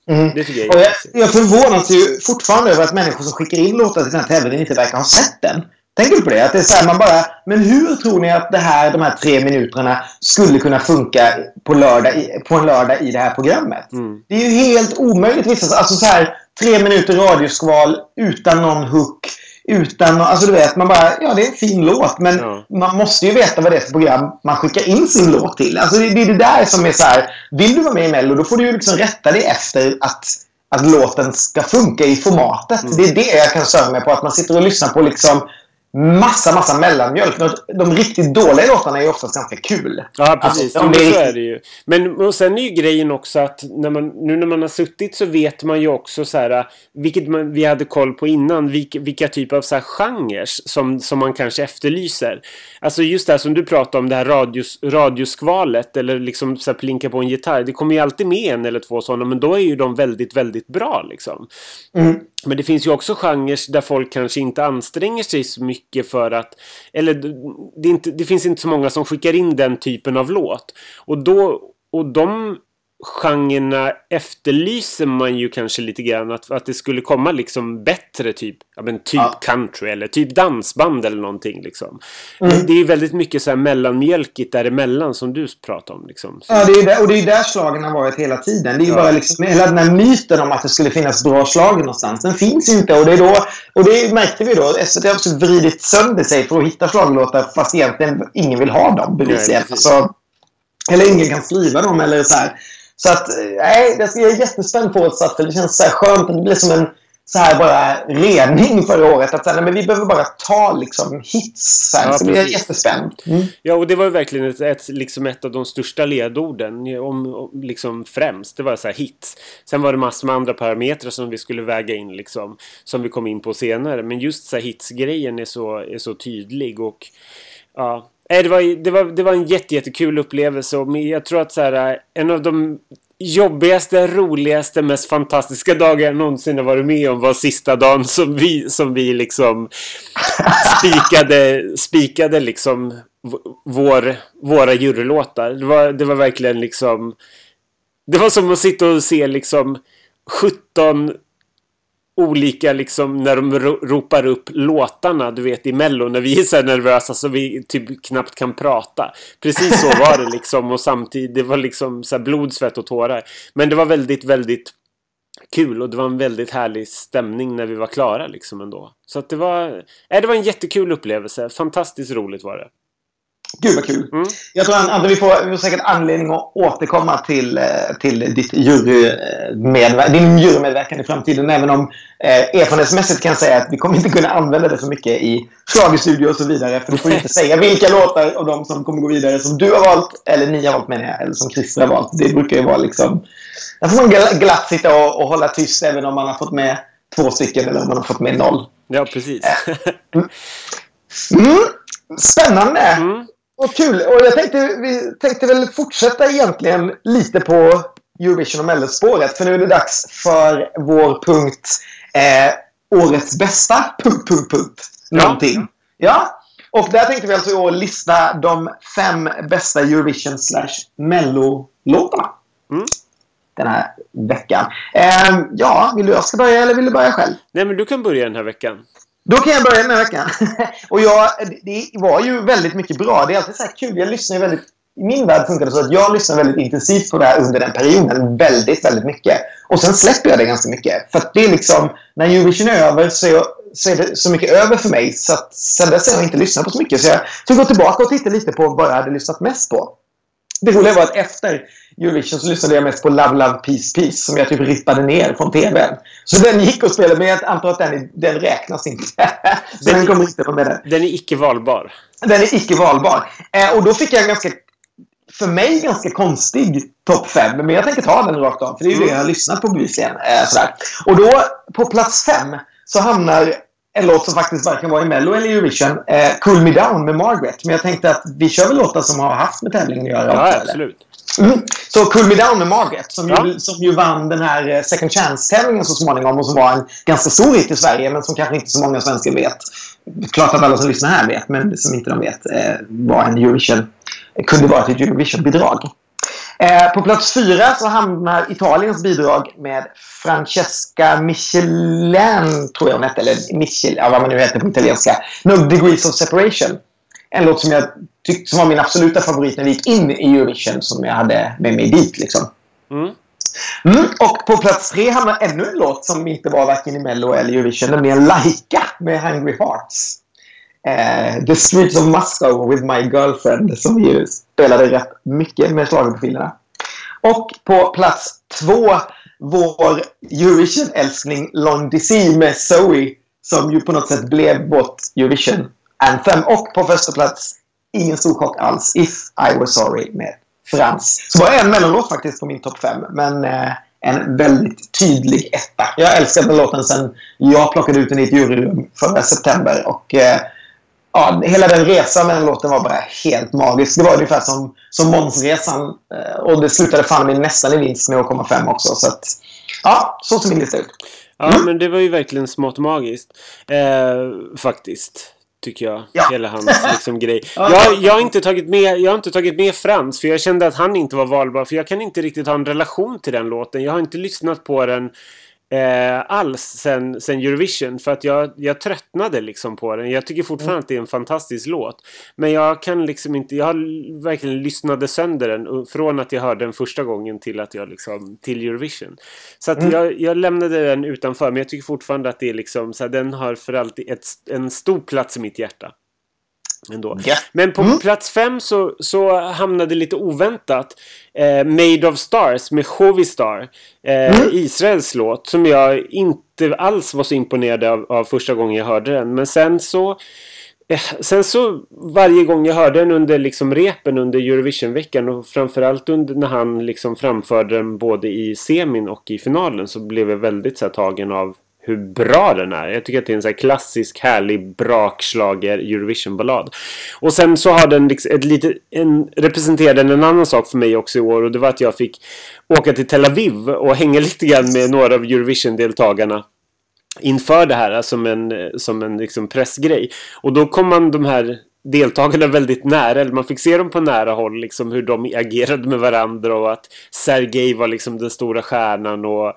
B: Mm.
A: Det tycker jag
B: och jag, jag förvånas ju fortfarande över att människor som skickar in låtar till den här tävlingen inte verkar ha sett den. Tänker du på det? Att det är så här, man bara, men hur tror ni att det här, de här tre minuterna skulle kunna funka på, lördag, på en lördag i det här programmet? Mm. Det är ju helt omöjligt. Vissa, alltså så här, tre minuter radioskval utan någon hook. Utan, alltså du vet, man bara, ja det är en fin låt. Men ja. Man måste ju veta vad det är för program man skickar in sin låt till. Alltså det, det är det där som är så här, vill du vara med i Mello, då får du ju liksom rätta dig efter att, att låten ska funka i formatet. Mm. Det är det jag kan söra mig på, att man sitter och lyssnar på liksom massa, massa mellanmjölk. De riktigt dåliga låtarna är ju oftast ganska kul.
A: Ja, precis. Alltså, det är så är det ju. Men och sen är ju grejen också att när man, nu när man har suttit så vet man ju också så här, vilket man, vi hade koll på innan, vilka, vilka typer av så här genrer som, som man kanske efterlyser. Alltså just det här som du pratade om, det här radios, radioskvalet eller liksom så här plinka på en gitarr. Det kommer ju alltid med en eller två sådana, men då är ju de väldigt, väldigt bra liksom. Mm. Men det finns ju också genrer där folk kanske inte anstränger sig så mycket för att, eller det, är inte, det finns inte så många som skickar in den typen av låt. Och då, och de genrerna efterlyser man ju kanske lite grann att, att det skulle komma liksom bättre typ, ja men typ ja. country eller typ dansband eller någonting liksom. Mm. Men det är ju väldigt mycket så här mellanmjölkigt däremellan som du pratar om liksom. Så.
B: Ja, det är där, och det är ju där slagen har varit hela tiden. Det är ju ja. bara liksom hela den här myten om att det skulle finnas bra slag någonstans. Den finns ju inte, och det är då, och det märkte vi då, S V T har också vridit sönder sig för att hitta slaglåtar fast egentligen ingen vill ha dem bevisligen. Alltså, eller ingen kan skriva dem eller så här. Så att, nej, jag är jättespänd på årets start. Det känns så här skönt. Det blir som en så här bara rening förra året. Att så här, nej, men vi behöver bara ta liksom hits. Så, här, ja, så jag är jättespänd. Mm.
A: Ja, och det var ju verkligen ett, ett, liksom ett av de största ledorden. Om, om, liksom främst. Det var så här hits. Sen var det massor med andra parametrar som vi skulle väga in. Liksom, som vi kom in på senare. Men just så här hitsgrejen är så, är så tydlig. Och ja... Det var, det, var, det var en jätte, jättekul upplevelse, och jag tror att så här, en av de jobbigaste, roligaste, mest fantastiska dagar jag någonsin har varit med om var sista dagen som vi, som vi liksom spikade, spikade liksom vår, våra jurylåtar. Det var, det var verkligen liksom, det var som att sitta och se liksom sjutton olika liksom när de ropar upp låtarna, du vet, i Mello, när vi är så här nervösa så vi typ knappt kan prata. Precis så var det liksom, och samtidigt det var liksom så här blod, svett och tårar. Men det var väldigt, väldigt kul, och det var en väldigt härlig stämning när vi var klara liksom ändå. Så att det var, äh, det var en jättekul upplevelse. Fantastiskt roligt var det.
B: Gud vad kul. Mm. Jag tror att vi får, vi får säkert anledning att återkomma till, till ditt jurymedver- din jurymedverkan i framtiden. Även om eh, erfarenhetsmässigt kan jag säga att vi kommer inte kunna använda det så mycket i schlagerstudio och så vidare. För du får inte säga vilka låtar av dem som kommer gå vidare som du har valt, eller ni har valt menar jag, eller som Christer har valt. Det brukar ju vara liksom... Där får man glatt sitta och, och hålla tyst även om man har fått med två stycken eller om man har fått med noll.
A: Ja, precis.
B: mm. Mm. Spännande! Mm. Och kul. Och jag tänkte, vi tänkte väl fortsätta egentligen lite på Eurovision och Mello-spåret. För nu är det dags för vår punkt eh, årets bästa punkt, punkt, punkt. Någonting. Ja. Och där tänkte vi alltså i år lista de fem bästa Eurovision slash Mello-låtarna. Mm. Den här veckan. Eh, ja, vill du jag ska börja eller vill du börja själv?
A: Nej, men du kan börja den här veckan.
B: Då kan jag börja den här veckan. Och jag, det var ju väldigt mycket bra. Det är alltid så här kul. Jag lyssnar ju väldigt... I min värld funkar det så att jag lyssnar väldigt intensivt på det här under den perioden. Väldigt, väldigt mycket. Och sen släpper jag det ganska mycket. För att det är liksom... När Eurovision är över så är, jag, så är det så mycket över för mig. Så att sen dess har jag inte lyssnat på så mycket. Så jag får gå tillbaka och titta lite på vad jag hade lyssnat mest på. Det roliga var att efter Eurovision så lyssnade jag mest på Love, Love, Peace, Peace som jag typ rippade ner från tvn. Så den gick och spelade, men jag antar att den, den räknas inte. Så den, den kommer inte på med den.
A: Den är icke valbar.
B: Den är icke valbar. Eh, och då fick jag en ganska, för mig ganska konstig topp fem. Men jag tänker ta den rakt av, för det är ju mm. det jag har lyssnat på bevisligen. Eh, sådär. Och då på plats fem så hamnar en låt som faktiskt varken var i Mello eller Eurovision, eh, Cool Me Down med Margaret. Men jag tänkte att vi kör väl låtar som har haft med tävlingen att göra.
A: Ja, också, absolut.
B: Mm. Så Cool Me Down med Margaret som, ja. ju, som ju vann den här Second Chance-tävlingen så småningom och som var en ganska stor hit i Sverige men som kanske inte så många svenskar vet. Klart att alla som lyssnar här vet, men som inte de vet eh, var en Eurovision, kunde vara ett Eurovision-bidrag. Eh, på plats fyra så hamnar Italiens bidrag med Francesca Michelin, tror jag hon hette, eller Michel, ja, vad man nu heter på italienska. No Degrees of Separation. En låt som jag tyckte som var min absoluta favorit när vi gick in i Eurovision, som jag hade med mig dit liksom.
A: Mm.
B: Mm, och på plats tre hamnar ännu en låt som inte var varken i Mello eller Eurovision, nämligen Laika med Hungry Hearts. Uh, The Streets of Moscow with My Girlfriend, som ju spelade rätt mycket med schlagerprofilerna. Och på plats två, vår Eurovision-älskling Long D C med Zoe, som ju på något sätt blev vårt Eurovision-anthem. Och på första plats, ingen stor chock alls, If I Were Sorry med Frans. Så var en mellonlåt faktiskt på min topp fem, men uh, en väldigt tydlig etta. Jag älskar den låten sen jag plockade ut den i ett juryrum förra september, och uh, ja, hela den resan med den låten var bara helt magisk. Det var ungefär som, som Månsresan. Och det slutade fan med nästan i vinst med att komma fem också. Så att, ja, så ser min lista ut.
A: Ja, mm. men det var ju verkligen smått magiskt. Eh, faktiskt, tycker jag. Ja. Hela hans liksom, grej. Jag, jag, har inte tagit med, jag har inte tagit med Frans, för jag kände att han inte var valbar. För jag kan inte riktigt ha en relation till den låten. Jag har inte lyssnat på den Eh, alls sen, sen Eurovision, för att jag, jag tröttnade liksom på den. Jag tycker fortfarande mm. att det är en fantastisk låt, men jag kan liksom inte, jag har verkligen lyssnade sönder den från att jag hörde den första gången till att jag liksom till Eurovision. Så att mm. jag, jag lämnade den utanför, men jag tycker fortfarande att det är liksom så här, den har för alltid ett, en stor plats i mitt hjärta. Ändå. Yeah. Men på mm. plats fem så, så hamnade lite oväntat eh, Made of Stars med Hovistar, eh, mm. Israels låt, som jag inte alls var så imponerad av, av första gången jag hörde den. Men sen så eh, sen så varje gång jag hörde den under liksom repen under Eurovision-veckan, och framförallt under när han liksom framförde den både i semin och i finalen, så blev jag väldigt så här, tagen av hur bra den är. Jag tycker att det är en så här klassisk, härlig, brakslager Eurovision-ballad. Och sen så har den liksom ett lite, en, representerade en annan sak för mig också i år. Och det var att jag fick åka till Tel Aviv och hänga lite grann med några av Eurovision-deltagarna inför det här, som en, som en liksom pressgrej. Och då kom man de här deltagarna väldigt nära, eller man fick se dem på nära håll, liksom hur de agerade med varandra, och att Sergej var liksom den stora stjärnan, och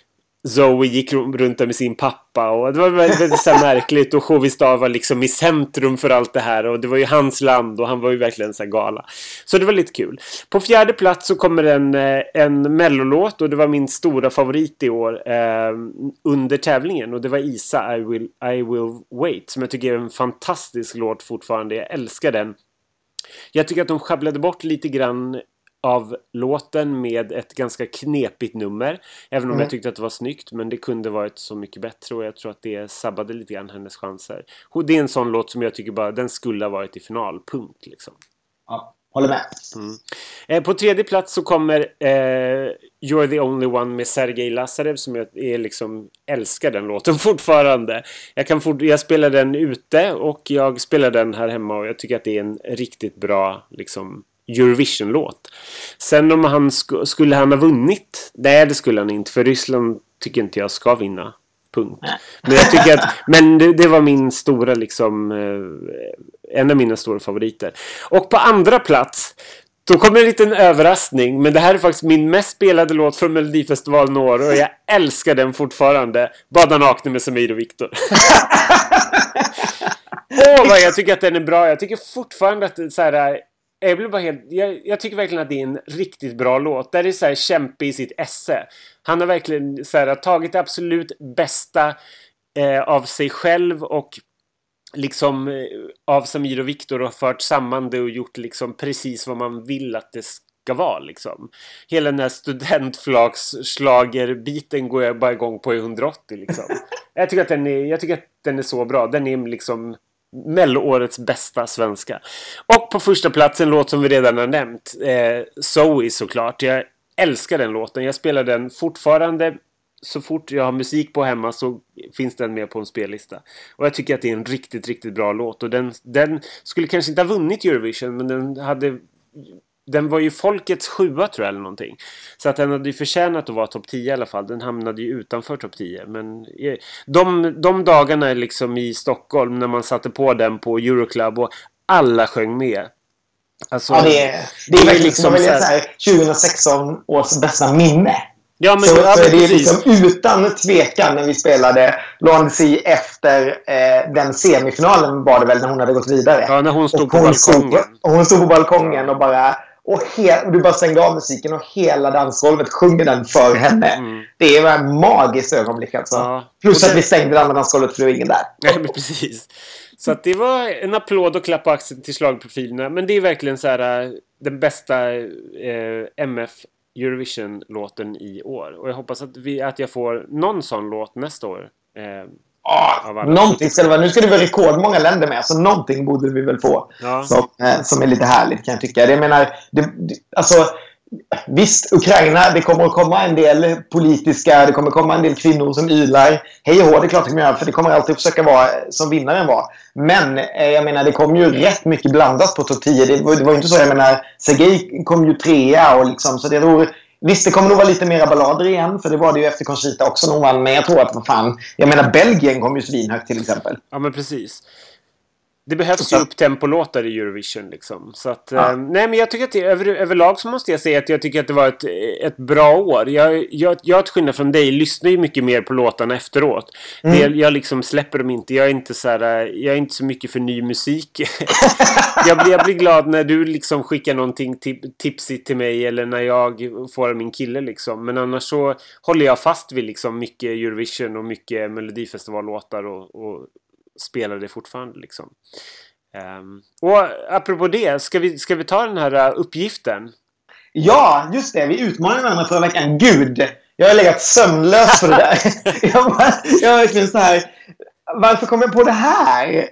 A: Zoe gick runt där med sin pappa, och det var väldigt, väldigt så märkligt, och Hovistar var liksom i centrum för allt det här, och det var ju hans land, och han var ju verkligen så här gala. Så det var lite kul. På fjärde plats så kommer en, en mellolåt, och det var min stora favorit i år eh, under tävlingen, och det var Isa, I will, I will wait, som jag tycker är en fantastisk låt fortfarande. Jag älskar den. Jag tycker att de sjabblade bort lite grann av låten med ett ganska knepigt nummer. Även om mm. jag tyckte att det var snyggt, men det kunde varit så mycket bättre, och jag tror att det sabbade lite grann hennes chanser. Det är en sån låt som jag tycker bara, den skulle ha varit i final, punkt liksom.
B: Ja, håller med.
A: Mm. Eh, på tredje plats så kommer eh, You're the only one med Sergej Lazarev, som jag är liksom, älskar den låten fortfarande. Jag, kan fort, jag spelar den ute, och jag spelar den här hemma, och jag tycker att det är en riktigt bra liksom Eurovision-låt. Sen om han sk- skulle han ha vunnit? Nej, det skulle han inte, för Ryssland tycker inte jag ska vinna. Punkt. Men jag tycker att men det, det var min stora liksom eh, en av mina stora favoriter. Och på andra plats då kommer en liten överraskning, men det här är faktiskt min mest spelade låt från Melodifestivalen år, och jag älskar den fortfarande. Bada nakna med Samir och Viktor. Åh, vad jag tycker att den är bra. Jag tycker fortfarande att det är så här. Jag, blir bara helt, jag, jag tycker verkligen att det är en riktigt bra låt. Där är så här kämpe i sitt esse. Han har verkligen så här, tagit det absolut bästa eh, av sig själv och liksom eh, av Samir och Viktor, och fört samman det och gjort liksom precis vad man vill att det ska vara liksom. Hela den här studentflagsslagerbiten går jag bara igång på i hundraåttio liksom. Jag tycker att den är, jag tycker att den är så bra. Den är liksom Melloårets bästa svenska. Och på första plats en låt som vi redan har nämnt, eh, Zoe såklart. Jag älskar den låten. Jag spelar den fortfarande. Så fort jag har musik på hemma så finns den med på en spellista. Och jag tycker att det är en riktigt, riktigt bra låt. Och den, den skulle kanske inte ha vunnit Eurovision, men den hade... Den var ju folkets sjua tror jag eller någonting. Så att den hade ju förtjänat att vara topp tio i alla fall. Den hamnade ju utanför topp tio. Men de, de dagarna liksom i Stockholm när man satte på den på Euroclub och alla sjöng med. Alltså,
B: ja, det är, det är verkligen liksom så här, så här tjugohundrasexton års bästa minne.
A: Ja, men,
B: så,
A: ja,
B: så
A: men
B: är det
A: precis.
B: liksom utan tvekan när vi spelade Lonzy efter eh, den semifinalen var det väl när hon hade gått vidare.
A: Ja, när hon stod
B: och
A: på
B: hon
A: balkongen.
B: Stod, och hon stod på balkongen och bara... Och, he- och du bara stängde av musiken och hela dansgolvet sjunger den för henne. Mm. Det är ett magiskt ögonblick alltså. Ja. Plus det... att vi stängde det andra dansgolvet för det var ingen där.
A: Nej, men precis. Så att det var en applåd och klapp på axeln till slagprofilerna. Men det är verkligen så här den bästa eh, M F Eurovision-låten i år. Och jag hoppas att, vi, att jag får någon sån låt nästa år. Eh,
B: Oh, någonting ska det vara. Nu ska det vara rekordmånga länder med, så någonting borde vi väl få ja. som, eh, som är lite härligt kan jag tycka. Jag menar, det, det, alltså, visst, Ukraina, det kommer att komma en del politiska, det kommer att komma en del kvinnor som ylar. Hej och hå, det är klart det kommer göra, för det kommer alltid försöka vara som vinnaren var. Men eh, jag menar, det kommer ju rätt mycket blandat på topp tio. Det var, det var inte så, jag menar, Sergej kom ju trea och liksom, så det tror. Visst, det kommer nog vara lite mera ballader igen, för det var det ju efter Conchita också när hon vann. Men jag tror att, vad fan, jag menar, Belgien kom ju svinhögt till exempel.
A: Ja, men precis. Det behövs ju upptempolåtar i Eurovision liksom. Så att, ja. eh, nej men jag tycker att det, över, överlag så måste jag säga att jag tycker att det var ett, ett bra år. Jag, jag, jag till skillnad från dig lyssnar ju mycket mer på låtarna efteråt. Mm. Det, jag liksom släpper dem inte. Jag är inte så här, jag är inte så mycket för ny musik. jag, blir, jag blir glad när du liksom skickar någonting tip, tipsigt till mig eller när jag får min kille liksom. Men annars så håller jag fast vid liksom mycket Eurovision och mycket Melodifestivallåtar och, och spelar det fortfarande liksom. Um, och apropå det, ska vi, ska vi ta den här uh, uppgiften?
B: Ja, just det. Vi utmanade varandra förra veckan. Gud, jag har legat sömnlös för det där. jag, bara, jag är verkligen så här. Varför kom jag på det här?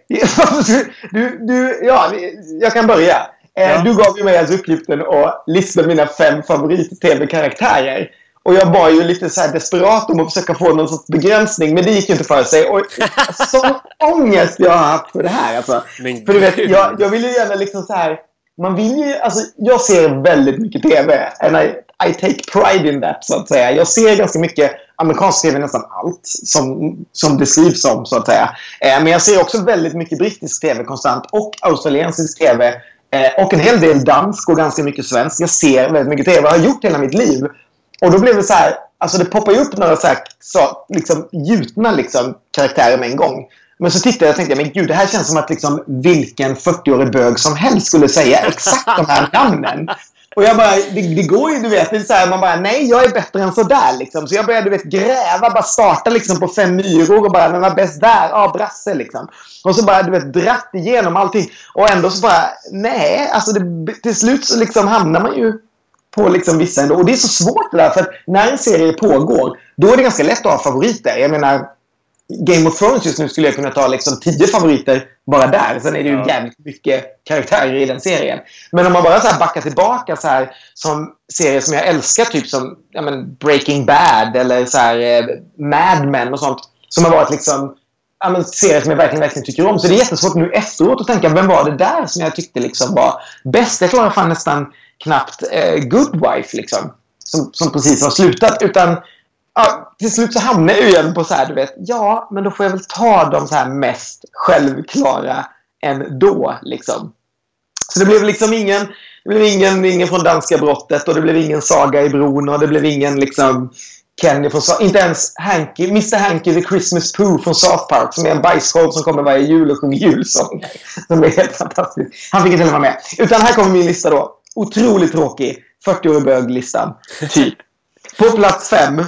B: du, du, ja, jag kan börja. Ja. Du gav ju mig alltså uppgiften att lista mina fem favorit-tv-karaktärer. Och jag var ju lite så här desperat om att försöka få någon sorts begränsning. Men det gick ju inte för sig. Och sån ångest jag har haft för det här. Alltså. För du vet, jag, jag vill ju gärna liksom så här... Man vill ju... Alltså, jag ser väldigt mycket tv. And I, I take pride in that, så att säga. Jag ser ganska mycket amerikansk tv, nästan allt som, som det skrivs som, så att säga. Eh, men jag ser också väldigt mycket brittisk tv konstant. Och australiensisk tv. Eh, och en hel del dansk och ganska mycket svensk. Jag ser väldigt mycket tv. Jag har gjort hela mitt liv. Och då blev det så här, alltså det poppar ju upp några så här, så, liksom gjutna liksom, karaktärer med en gång. Men så tittade jag och tänkte, men gud, det här känns som att liksom, vilken fyrtioårig bög som helst skulle säga exakt de här namnen. Och jag bara, det, det går ju, du vet, det är så här, man bara, nej, jag är bättre än så där liksom. Så jag började, du vet, gräva, bara starta liksom på fem myror och bara, vem var bäst där? Ja, Brasse liksom. Och så bara, du vet, dratt igenom allting. Och ändå så bara, nej, alltså det, till slut så liksom hamnar man ju på liksom vissa ändå. Och det är så svårt det där, för när en serie pågår, då är det ganska lätt att ha favoriter. Jag menar, Game of Thrones just nu skulle jag kunna ta liksom tio favoriter bara där. Sen är det ju ja. jävligt mycket karaktärer i den serien. Men om man bara så här backar tillbaka så här, som serier som jag älskar, typ som ja, men Breaking Bad eller så här, eh, Mad Men och sånt, som har varit liksom ja, men serier som jag verkligen, verkligen tycker om. Så det är jättesvårt nu efteråt att tänka, vem var det där som jag tyckte liksom var bäst? Jag klarar fan nästan knappt eh, Good Wife liksom, som, som precis har slutat, utan ja, till slut så hamnar jag igen på så här, du vet, ja, men då får jag väl ta de så här mest självklara ändå liksom. Så det blev liksom ingen, det blev ingen, ingen från Danska brottet, och det blev ingen Saga i bron, och det blev ingen liksom Kenny från, inte ens Hanky, mister Hanky the Christmas Pooh från South Park, som är en bajskorv som kommer varje jul och sjunger julsång. Som är helt fantastiskt. Han fick inte heller vara med. Utan här kommer min lista då. Otroligt tråkig. fyrtioårig bög-listan. Typ. På plats fem.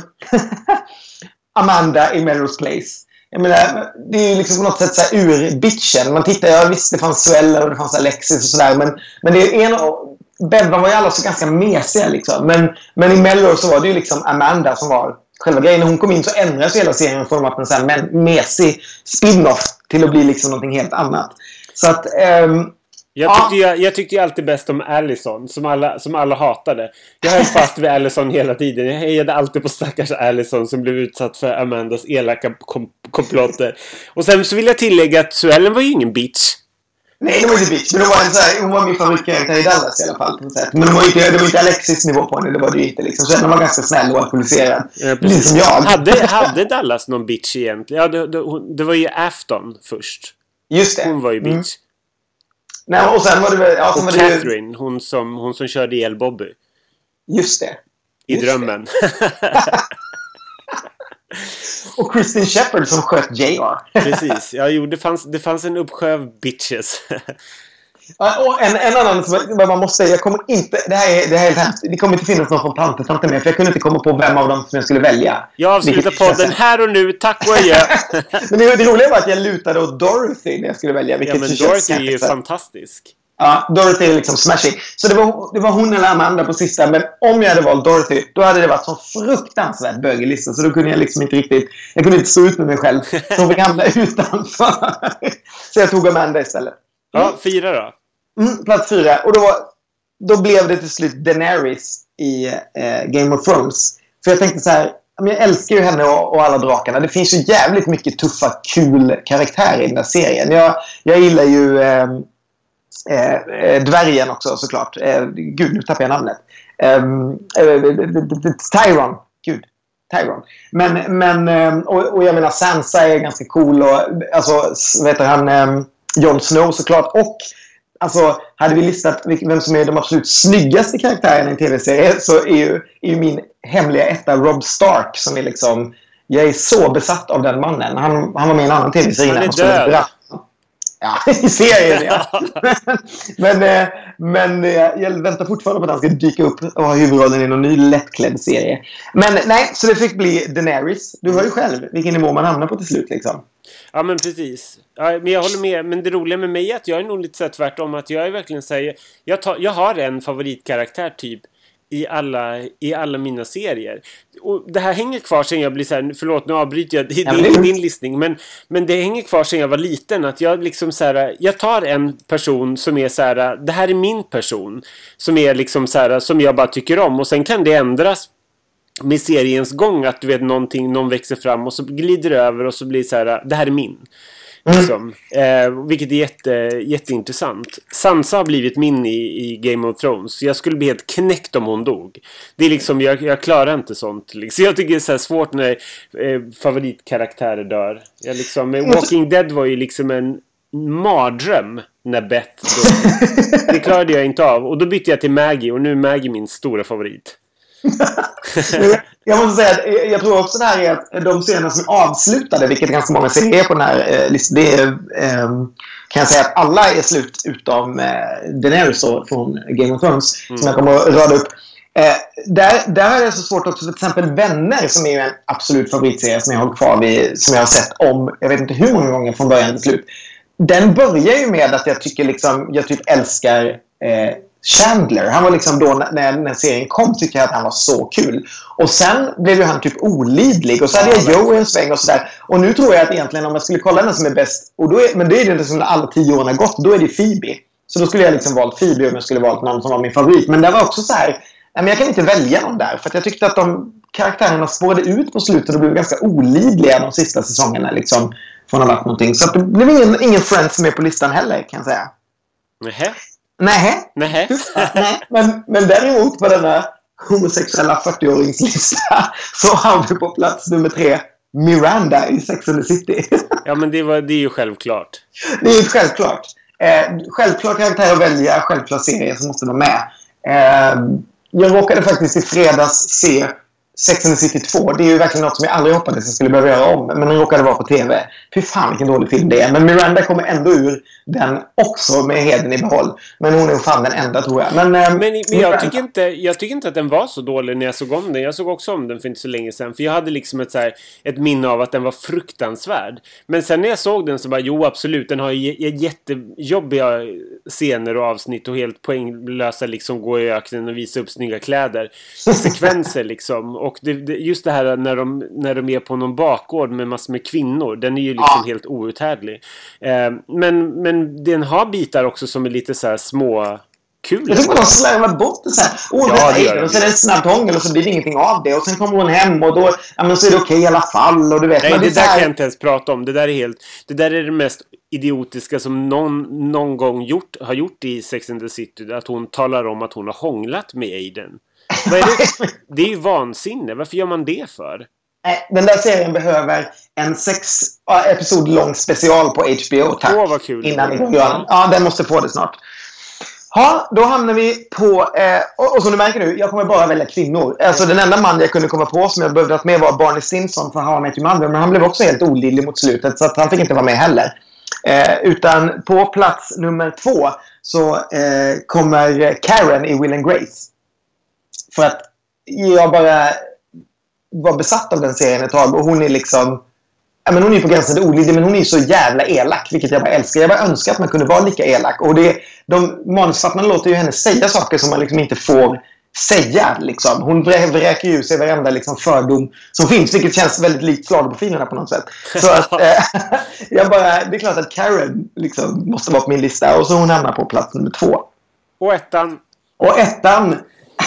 B: Amanda i Melrose Place. Jag menar, det är ju liksom på något sätt så här ur bitchen. Man tittar, jag visste det fanns Suella och det fanns Alexis och sådär. Men, men det är en av... Bevan var ju alla så ganska mesiga liksom. Men, men i Melrose så var det ju liksom Amanda som var själva grejen. När hon kom in så ändrades hela serien från att en sån här mesig spin-off till att bli liksom någonting helt annat. Så att... Um,
A: Jag tyckte, ja. jag, jag tyckte ju alltid bäst om Allison, som alla, som alla hatade. Jag höll fast vid Allison hela tiden. Jag hejade alltid på stackars Allison som blev utsatt för Amandas elaka kom- komplotter. Och sen så vill jag tillägga att Suellen var ju ingen bitch.
B: Nej, det var inte bitch. Men hon var, en så här, hon var min favoritkaraktär i Dallas i alla fall. På något sätt. Men det var inte, det var inte Alexis nivå på henne. Det var det ju inte. Liksom. Så hon var ganska snäll och alkoholiserad. Ja, precis. Som jag.
A: Hade, hade Dallas någon bitch egentligen? Ja, det, det, det var ju Afton först.
B: Just det.
A: Hon var ju bitch. Mm.
B: Nej, och sen var det väl... Ja,
A: och
B: var
A: Catherine,
B: det...
A: hon, som, hon som körde ihjäl Bobby.
B: Just det.
A: I drömmen.
B: Och Kristen Shepard som sköt J R.
A: Precis. Ja, jo, det fanns, det fanns en uppsjö av bitches.
B: Ja, och en, en annan som man måste säga, jag kommer inte... Det här är, det här är helt hemskt. Det kommer inte finnas någon från Pantertanten med, för jag kunde inte komma på vem av dem som jag skulle välja.
A: Jag avslutar podden här och nu. Tack och adjö.
B: Men det, det roliga var att jag lutade åt Dorothy när jag skulle välja.
A: Ja, men Dorothy är ju fantastisk.
B: Ja, Dorothy är liksom smashing. Så det var, det var hon eller Amanda på sista. Men om jag hade valt Dorothy, då hade det varit så fruktansvärt bögig lista. Så då kunde jag liksom inte riktigt... Jag kunde inte stå ut med mig själv. Så vi hamnade utanför. Så jag tog Amanda istället.
A: Ja, fyra då.
B: Mm, plats fyra. Och då, då blev det till slut Daenerys i eh, Game of Thrones. För jag tänkte så här... Jag älskar ju henne och, och alla drakarna. Det finns ju jävligt mycket tuffa, kul karaktärer i den här serien. Jag, jag gillar ju... Eh, Eh, dvärgen också såklart. Eh, gud, nu tappar jag namnet. Eh, eh, Tyron. Gud, Tyron. Men, men eh, och, och jag menar Sansa är ganska cool och alltså, vet du, han eh, Jon Snow såklart. Och alltså, hade vi listat vem som är de absolut snyggaste karaktärerna i en tv-serie så är ju, är ju min hemliga etta Robb Stark som är liksom, jag är så besatt av den mannen. Han, han var med i en annan tv-serie.
A: Han är död.
B: Ja, i serien, ja. men, men, men jag väntar fortfarande på att han ska dyka upp och ha huvudrollen i någon ny lättklädd serie. Men nej, så det fick bli Daenerys. Du hör ju själv vilken nivå man hamnar på till slut liksom.
A: Ja, men precis. Ja, men jag håller med. Men det roliga med mig är att jag är nog lite så här tvärtom. Att jag är verkligen säger, jag, tar, jag har en favoritkaraktär typ i alla, i alla mina serier. Och det här hänger kvar sen jag blir så här, förlåt nu avbryter jag din, din, din listning, men, men det hänger kvar sen jag var liten att jag liksom så här, jag tar en person som är så här, det här är min person som är liksom så här, som jag bara tycker om och sen kan det ändras med seriens gång att du vet någonting, någon växer fram och så glider det över och så blir det så här, det här är min. Liksom. Eh, vilket är jätte, jätteintressant. Sansa har blivit min i, i Game of Thrones. Jag skulle bli helt knäckt om hon dog. Det är liksom, jag, jag klarar inte sånt liksom. Jag tycker det är så här svårt när eh, favoritkaraktärer dör. Jag liksom, Walking Dead var ju liksom en mardröm när Beth dog. Det klarade jag inte av. Och då bytte jag till Maggie och nu är Maggie min stora favorit.
B: Jag måste säga att jag tror också det här är att de scener som är avslutade, vilket ganska många serier på den här eh, listan, det är, eh, kan jag säga att alla är slut utom eh, Daenerys från Game of Thrones mm. som jag kommer att rada upp. Eh, där, där är det så svårt också, för till exempel Vänner som är ju en absolut favoritserie som jag har hållit kvar vid, som jag har sett om, jag vet inte hur många gånger från början till slut. Den börjar ju med att jag tycker liksom, jag typ älskar eh, Chandler. Han var liksom då när, när serien kom tyckte jag att han var så kul. Och sen blev ju han typ olidlig. Och så hade jag Joe i en sväng och sådär. Och nu tror jag att egentligen om jag skulle kolla den som är bäst. Och då är, men det är ju inte som när alla tio åren har gått. Då är det Phoebe. Så då skulle jag liksom valt Phoebe om jag skulle valt någon som var min favorit. Men det var också så här. Nej, men jag kan inte välja någon där. För att jag tyckte att de karaktärerna spårade ut på slutet och blev ganska olidliga de sista säsongerna. Liksom, från att ha varit någonting. Så att det blev ingen, ingen Friends med på listan heller kan jag säga.
A: Nähä.
B: Nej.
A: Nej.
B: Nej. Men, men däremot på denna homosexuella fyrtio-åringslista så har vi på plats nummer tre Miranda i Sex and the City.
A: Ja, men det, var, det är ju självklart.
B: Det är ju självklart. Eh, självklart karaktär att välja, självklart serie som måste vara med. Eh, jag råkade faktiskt i fredags se Sex and the City två. Det är ju verkligen något som jag aldrig hoppades jag skulle behöva göra om. Men den råkade vara på tv. Fy fan vilken dålig film det är. Men Miranda kommer ändå ur den också med heden i behåll. Men hon är fan den enda tror jag. Men, eh,
A: men, men jag, tycker inte, jag tycker inte att den var så dålig när jag såg om den. Jag såg också om den för inte så länge sedan. För jag hade liksom ett, så här, ett minne av att den var fruktansvärd. Men sen när jag såg den så bara, jo absolut. Den har ju jättejobbiga scener och avsnitt och helt poänglösa liksom gå i öknen och visa upp snygga kläder. Sekvenser liksom. Och det, det, just det här när de, när de är på någon bakgård med massor med kvinnor. Den är ju liksom ja. helt outhärdlig. Eh, men, men den har bitar också som är lite så här små kul.
B: Jag tycker de slarvar bort det så här. Åh,
A: ja,
B: det är, och så är det ett snabbt hångel och så blir det ingenting av det. Och sen kommer hon hem och då ja, men så är det okej i alla fall. Och du vet,
A: nej,
B: men
A: det,
B: det
A: där
B: här...
A: kan jag inte ens prata om. Det där är helt, det där är det mest idiotiska som någon, någon gång gjort, har gjort i Sex and the City. Att hon talar om att hon har hånglat med Aiden. Vad är det? Det är ju vansinne. Varför gör man det för?
B: Nej, den där serien behöver en sex episod lång special på H B O, tack.
A: Åh, vad kul.
B: Innan vi går ja. ja, den måste få det snart. Ja, då hamnar vi på... Eh, och, och som du märker nu, jag kommer bara välja kvinnor. Alltså den enda man jag kunde komma på som jag behövde ha med var Barney Stinson för How I Met Your Mother. Men han blev också helt olidlig mot slutet så att han fick inte vara med heller. Eh, utan på plats nummer två så eh, kommer Karen i Will and Grace. För att jag bara var besatt av den serien ett tag. Och hon är liksom... Ja, men hon är på gränsen till olidlig, men hon är så jävla elak, vilket jag bara älskar. Jag bara önskar att man kunde vara lika elak. Och det, de manusförfattarna låter ju henne säga saker som man liksom inte får säga. Liksom. Hon vräker ju sig varenda liksom, fördom som finns, vilket känns väldigt likt Slag på finerna på något sätt. Så att, eh, jag bara, det är klart att Karen liksom, måste vara på min lista. Och så hon hamnar på plats nummer två.
A: Och ettan?
B: Och ettan...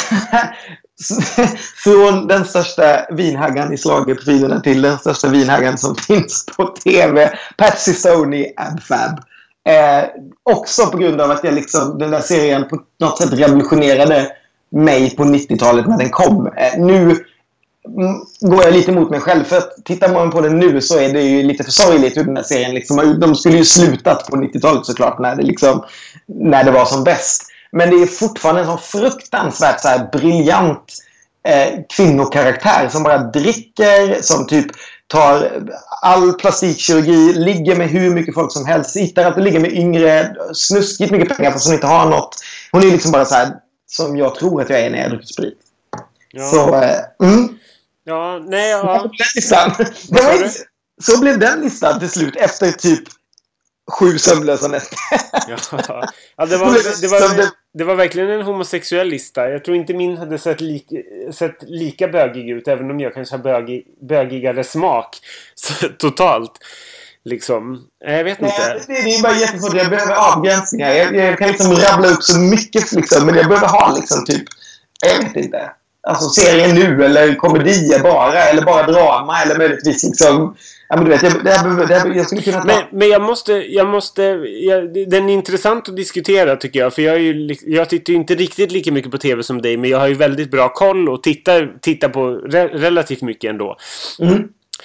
B: Från den största vinhaggan i Slaget på finerna till den största vinhaggan som finns på tv, Patsy Stoney Ab Fab. Eh, också på grund av att jag liksom, den där serien på något sätt revolutionerade mig på nittiotalet när den kom. Eh, nu mm, går jag lite mot mig själv, för att tittar man på den nu så är det ju lite för sorgligt hur den där serien liksom, de skulle ju slutat på nittiotalet såklart när det, liksom, när det var som bäst. Men det är fortfarande en sån fruktansvärt så här briljant eh, kvinnokaraktär som bara dricker, som typ tar all plastikkirurgi, ligger med hur mycket folk som helst, hittar att det ligger med yngre, snuskigt mycket pengar för som inte har något. Hon är liksom bara så här som jag tror att jag är när jag dricker sprit. Ja. Så, eh, mm.
A: Ja, nej, ja.
B: Det var inte, så blev den listan till slut efter typ sju sömnlösa nätter.
A: Ja, ja det, var, det, var, det var verkligen en homosexuell lista. Jag tror inte min hade sett, lik, sett lika bögig ut, även om jag kanske har bögig, bögigare smak så, totalt. Liksom. Jag vet inte.
B: Nej, det, det är bara jättesvårt. Jag behöver avgränsningar. Jag, jag kan liksom rabbla upp så mycket, liksom, men jag behöver ha liksom typ, jag vet inte. Alltså serien nu, eller komedier bara, eller bara drama, eller möjligtvis liksom... Ja, men du vet, jag, det här, det här, jag skulle kunna ta...
A: Men, men jag måste... Jag måste jag, den är intressant att diskutera, tycker jag. För jag, är ju, jag tittar ju inte riktigt lika mycket på tv som dig. Men jag har ju väldigt bra koll och tittar, tittar på re, relativt mycket ändå.
B: Mm.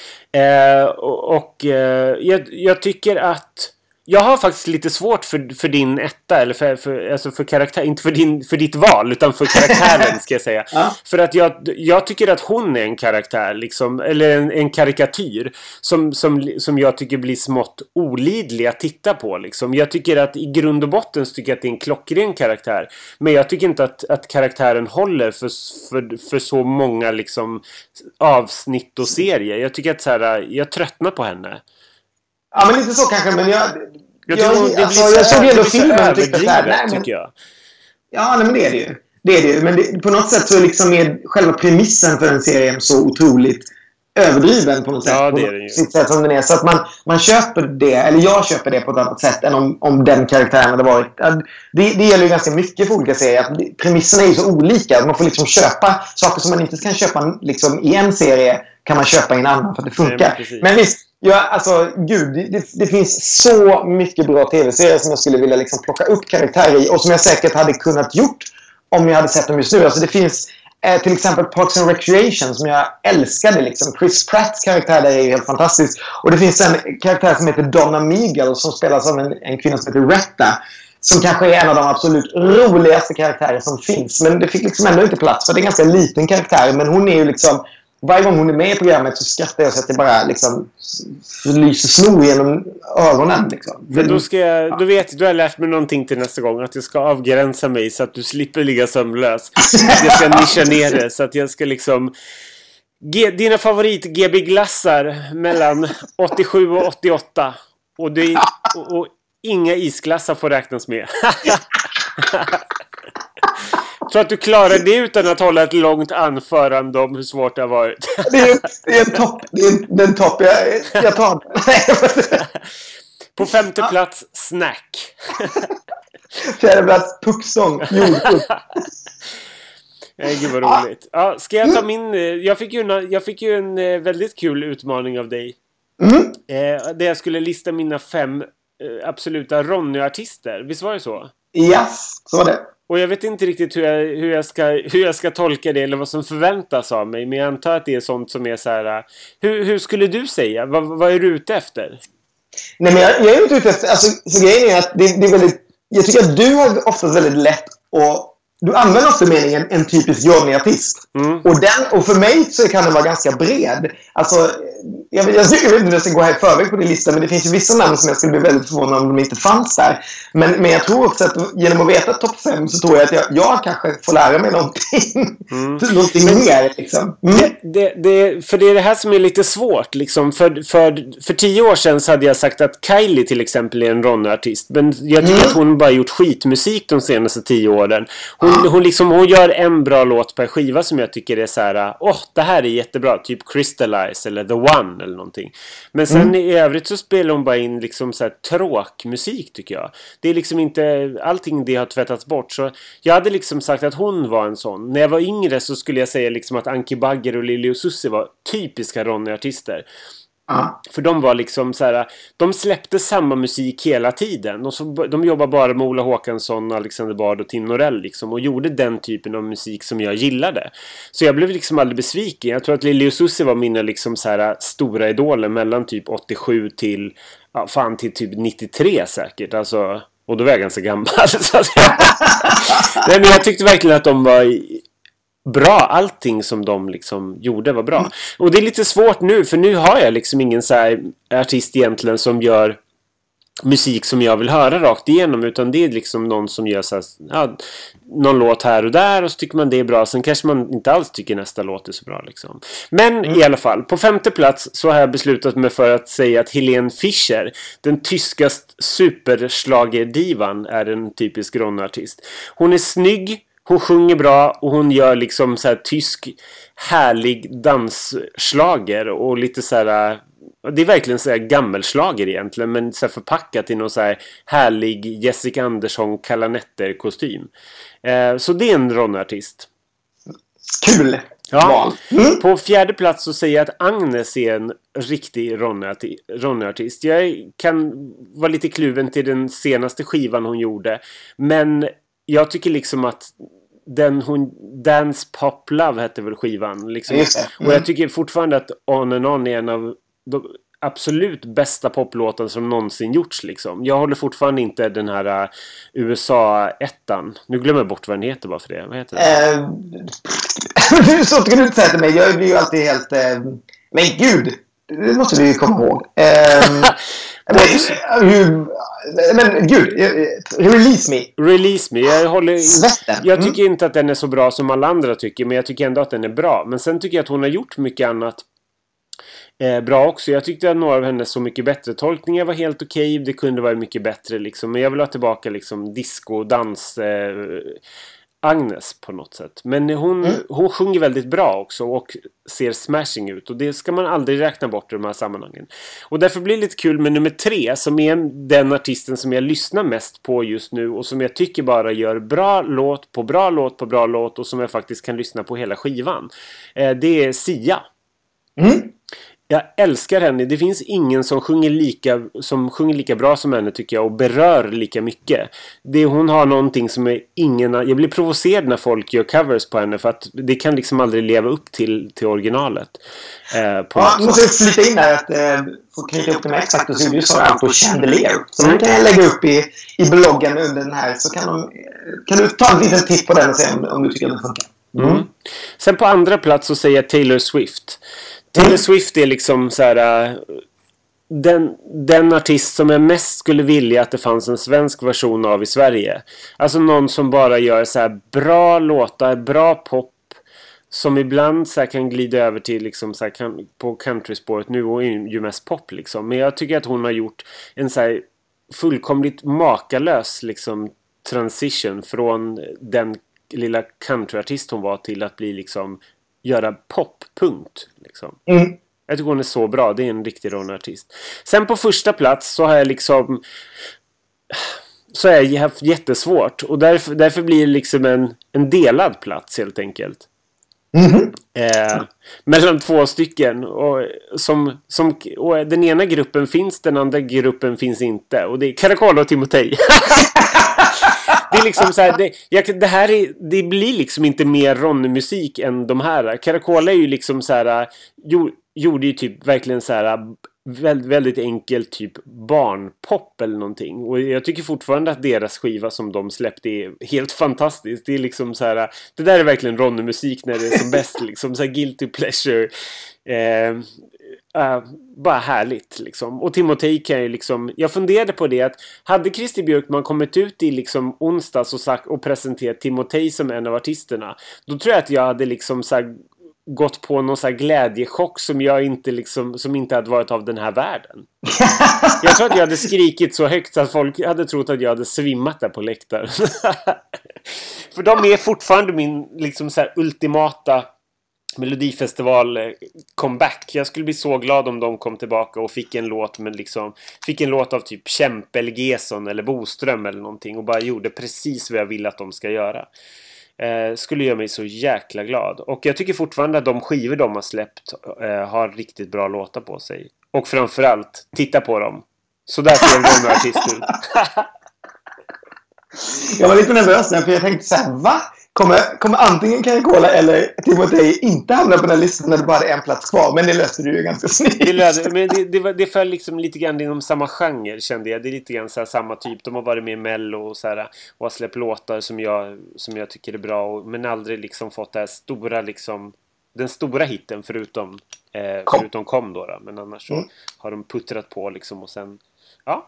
A: Eh, och och eh, jag, jag tycker att... Jag har faktiskt lite svårt för, för din etta, eller för, för, alltså för karaktär, inte för, din, för ditt val, utan för karaktären ska jag säga.
B: Ja.
A: För att jag, jag tycker att hon är en karaktär, liksom, eller en, en karikatyr som, som, som jag tycker blir smått olidlig att titta på. Liksom. Jag tycker att i grund och botten så tycker jag att det är en klockren karaktär. Men jag tycker inte att, att karaktären håller för, för, för så många liksom, avsnitt och serier. Jag tycker att så här, jag tröttnar på henne.
B: Ja, men lite så kanske, men jag...
A: Jag, jag,
B: jag,
A: det
B: alltså,
A: blir så,
B: jag såg ändå
A: filmen och tyckte
B: att nej, men,
A: tycker jag.
B: Ja, nej, men det är det ju. Det är det ju. Men det, på något sätt så liksom är själva premissen för den serien så otroligt överdriven på något sätt.
A: Ja, det är det ju.
B: På sitt sätt som den är. Så att man, man köper det, eller jag köper det på ett annat sätt än om, om den karaktären hade varit. Det, det gäller ju ganska mycket för olika serier. Att premisserna är ju så olika. Man får liksom köpa saker som man inte kan köpa liksom, i en serie kan man köpa i en annan för att det funkar.
A: Nej, men,
B: men visst, ja, alltså, gud, det, det finns så mycket bra tv-serier som jag skulle vilja liksom plocka upp karaktärer i och som jag säkert hade kunnat gjort om jag hade sett dem just nu. Alltså det finns eh, till exempel Parks and Recreation som jag älskade. Liksom. Chris Pratts karaktär där är ju helt fantastisk. Och det finns en karaktär som heter Donna Meagle som spelas av en, en kvinna som heter Retta. Som kanske är en av de absolut roligaste karaktärer som finns. Men det fick liksom ändå inte plats för det är en ganska liten karaktär. Men hon är ju liksom... Varje gång hon är med i programmet så skrattar jag så att det bara liksom lyser snor genom ögonen. Liksom.
A: Men då ska jag, då vet du har lärt mig någonting till nästa gång. Att jag ska avgränsa mig så att du slipper ligga sömnlös. Att jag ska nischa ner det. Så att jag ska liksom... G, dina favorit G B-glassar mellan åttiosju och åttioåtta. Och, det, och, och inga isglassar får räknas med. Så att du klarar det utan att hålla ett långt anförande om hur svårt det har varit.
B: Det är, det är en topp. Det är den topp. Jag, jag tar
A: På femte plats, snack.
B: Fjärde plats, puckstång. Jordpuck.
A: Nej, gud vad roligt. Ja, ska jag ta min... Jag fick ju en, jag fick ju en väldigt kul utmaning av dig.
B: Mm.
A: Eh, där jag skulle lista mina fem eh, absoluta Ronny-artister. Visst var det så?
B: Ja, yes, så var det.
A: Och jag vet inte riktigt hur jag, hur, jag ska, hur jag ska tolka det eller vad som förväntas av mig. Men jag antar att det är sånt som är så här... Hur, hur skulle du säga? Vad, vad är du ute efter?
B: Nej, men jag, jag är inte ute efter... Alltså, så grejen är att det, det är väldigt... Jag tycker att du har oftast väldigt lätt att... Du använder också meningen en typisk Johnny-artist. Mm. Och, den, och för mig så kan den vara ganska bred. Alltså, jag, jag, jag vet inte om jag ska gå här i förväg på din lista, men det finns ju vissa namn som jag skulle bli väldigt förvånad om de inte fanns där. Men, men jag tror också att genom att veta topp fem så tror jag att jag, jag kanske får lära mig någonting. Mm. någonting mer, liksom. Mm.
A: Det, det, det, för det är det här som är lite svårt, liksom. För, för, för tio år sedan så hade jag sagt att Kylie till exempel är en Ronny-artist. Men jag tycker mm. att hon bara gjort skitmusik de senaste tio åren. Hon Hon, hon, liksom, hon gör en bra låt per skiva som jag tycker är så här: åh, oh, det här är jättebra, typ Crystallize eller The One eller någonting. Men sen mm. i övrigt så spelar hon bara in liksom så här tråkmusik, tycker jag. Det är liksom inte, allting det har tvättats bort. Så jag hade liksom sagt att hon var en sån. När jag var yngre så skulle jag säga liksom att Anki Bagger och Lili och Susie var typiska Ronny-artister. Uh. För de var liksom så här, de släppte samma musik hela tiden och så, de jobbar bara med Ola Håkansson, Alexander Bard och Tim Norell liksom, och gjorde den typen av musik som jag gillade. Så jag blev liksom aldrig besviken. Jag tror att Lili och Susie var mina liksom så här stora idoler mellan typ åttiosju till ja, fan till typ nittiotre säkert. Alltså, och då var jag ganska gammal. Så att jag, nej, men jag tyckte verkligen att de var bra, allting som de liksom gjorde var bra. Mm. Och det är lite svårt nu, för nu har jag liksom ingen så här artist egentligen som gör musik som jag vill höra rakt igenom, utan det är liksom någon som gör så här, ja, någon låt här och där och så tycker man det är bra, sen kanske man inte alls tycker nästa låt är så bra liksom. Men mm. i alla fall, på femte plats så har jag beslutat mig för att säga att Helene Fischer, den tyska superschlagerdivan, är en typisk Ronny-artist. Hon är snygg, hon sjunger bra och hon gör liksom så här tysk härlig dansslager och lite så här, det är verkligen så här gammelslager egentligen, men så här förpackat i någon så här härlig Jessica Andersson Kalanetter kostym. Eh, så det är en Ronny-artist.
B: Kul!
A: Ja. Mm. På fjärde plats så säger jag att Agnes är en riktig Ronny-artist. Jag kan vara lite kluven till den senaste skivan hon gjorde, men jag tycker liksom att den hon Dance Pop Love hette väl skivan liksom. Mm. Och jag tycker fortfarande att On and On är en av de absolut bästa poplåten som någonsin gjorts liksom. Jag håller fortfarande inte den här uh, U S A-ettan. Nu glömmer jag bort vad den heter bara för det. Vad heter det?
B: Uh, så ska du inte säga till mig. Jag blir ju alltid helt... Uh, men gud! Det måste vi ju komma ihåg. Uh, men, hur, men gud, Release Me.
A: Release Me. Jag, håller,
B: Svetten.
A: jag tycker mm. inte att den är så bra som alla andra tycker, men jag tycker ändå att den är bra. Men sen tycker jag att hon har gjort mycket annat eh, bra också. Jag tyckte att några av hennes Så mycket bättre tolkningar var helt okej. Det kunde vara mycket bättre liksom. Men jag vill ha tillbaka liksom disco, dans... Eh, Agnes på något sätt. Men hon, mm. hon sjunger väldigt bra också och ser smashing ut. Och det ska man aldrig räkna bort i de här sammanhangen. Och därför blir det lite kul med nummer tre, som är den artisten som jag lyssnar mest på just nu och som jag tycker bara gör bra låt på bra låt på bra låt och som jag faktiskt kan lyssna på hela skivan. Eh, det är Sia.
B: Mm.
A: Jag älskar henne. Det finns ingen som sjunger lika som sjunger lika bra som henne tycker jag och berör lika mycket. Det, hon har någonting som är ingen... Jag blir provocerad när folk gör covers på henne för att det kan liksom aldrig leva upp till, till originalet. Eh, på
B: ja, måste jag flytta in där att eh, få knyta upp det med exakt och så du sa jag på Chandelier. Så mm. den kan jag lägga upp i, i bloggen under den här så kan, de, kan du ta en liten titt på den och se om, om du tycker att den funkar.
A: Mm. Mm. Sen på andra plats så säger jag Taylor Swift. Taylor mm. Swift är liksom så här uh, den, den artist som jag mest skulle vilja att det fanns en svensk version av i Sverige. Alltså någon som bara gör så här bra låtar, bra pop som ibland så här kan glida över till liksom så här kan, på countryspåret. Nu och ju mest pop liksom. Men jag tycker att hon har gjort en så här fullkomligt makalös liksom transition från den lilla countryartist hon var till att bli liksom göra pop, punkt liksom.
B: Mm.
A: Jag tycker hon är så bra. Det är en riktig Ronny-artist. Sen på första plats så har jag liksom så har jag haft jättesvårt och därför, därför blir det liksom en, en delad plats helt enkelt.
B: Mm-hmm.
A: Eh, mellan två stycken och, som, som, och den ena gruppen finns, den andra gruppen finns inte och det är Caracol och Timotej. Det är liksom så här, det, jag, det här är, det blir liksom inte mer Ronny-musik än de här. Caracola är ju liksom så här, jo, gjorde ju typ verkligen så här väldigt, väldigt enkelt typ barnpop eller någonting. Och jag tycker fortfarande att deras skiva som de släppte är helt fantastiskt. Det är liksom så här, det där är verkligen Ronny-musik när det är som bäst, liksom så här guilty pleasure. Eh, Uh, bara härligt liksom. Och Timotej kan ju liksom, jag funderade på det att hade Christer Björkman kommit ut i liksom onsdags och, sagt, och presenterat Timotej som en av artisterna, då tror jag att jag hade liksom så här, gått på någon så här glädjechock som jag inte liksom, som inte hade varit av den här världen. Jag tror att jag hade skrikit så högt så att folk hade trott att jag hade svimmat där på läktaren. För de är fortfarande min liksom så här ultimata Melodifestival comeback. Jag skulle bli så glad om de kom tillbaka och fick en låt med liksom, fick en låt av typ Kempe eller Gesson eller Boström eller någonting och bara gjorde precis vad jag vill att de ska göra. Eh, skulle göra mig så jäkla glad. Och jag tycker fortfarande att de skivor de har släppt eh, har riktigt bra låtar på sig. Och framförallt, titta på dem. Så där ser de några artister ut.
B: Jag var lite nervös där för jag tänkte så här, va? Kommer, kommer antingen Caracola eller Timotej inte hamna på den här listan när det bara är en plats kvar. Men det löste du ju ganska snyggt.
A: Det, löste, men det, det, var, det föll liksom lite grann inom samma genre, kände jag. Det är lite grann så här, samma typ. De har varit med i Mello och, så här, och har släppt låtar som jag, som jag tycker är bra. Och, men aldrig liksom fått det här stora, liksom, den stora hitten förutom eh, kom. förutom kom då, då. Men annars så mm. har de puttrat på liksom och sen, ja.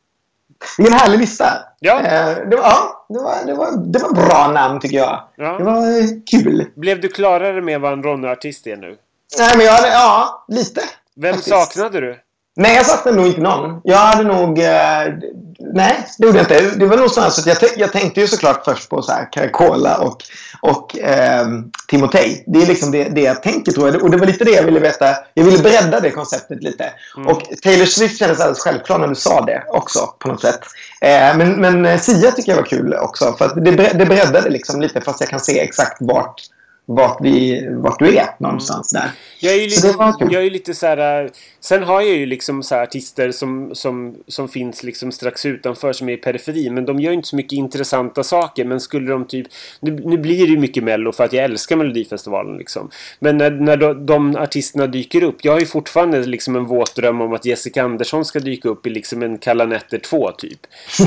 B: Vilken härlig lista.
A: Ja.
B: Eh, det, var, ja det, var, det, var, det var bra namn tycker jag. Ja. Det var eh, kul.
A: Blev du klarare med vad en Ronny-artist är nu?
B: Nej, men jag hade, ja, lite.
A: Vem faktiskt. Saknade du?
B: Nej, jag saknade nog inte någon. Jag hade nog... Eh, nej, det gjorde jag inte. Det var nog så att jag, jag tänkte ju såklart först på så här Caracola och, och eh, Timotej. Det är liksom det, det jag tänker, tror jag. Och det var lite det jag ville veta. Jag ville bredda det konceptet lite. Mm. Och Taylor Swift kändes alldeles självklart när du sa det också, på något sätt. Eh, men, men Sia tycker jag var kul också. För att det, det breddade liksom lite, fast jag kan se exakt vart... Vart, vi, vart du är någonstans där.
A: Jag är ju lite, jag är ju lite så här. Sen har jag ju liksom så här artister som, som, som finns liksom strax utanför, som är i periferi, men de gör inte så mycket intressanta saker. Men skulle de typ, nu, nu blir det ju mycket Mello för att jag älskar Melodifestivalen liksom. Men när, när de, de artisterna dyker upp, jag har ju fortfarande liksom en våt dröm om att Jessica Andersson ska dyka upp i liksom en Kalla nätter två typ.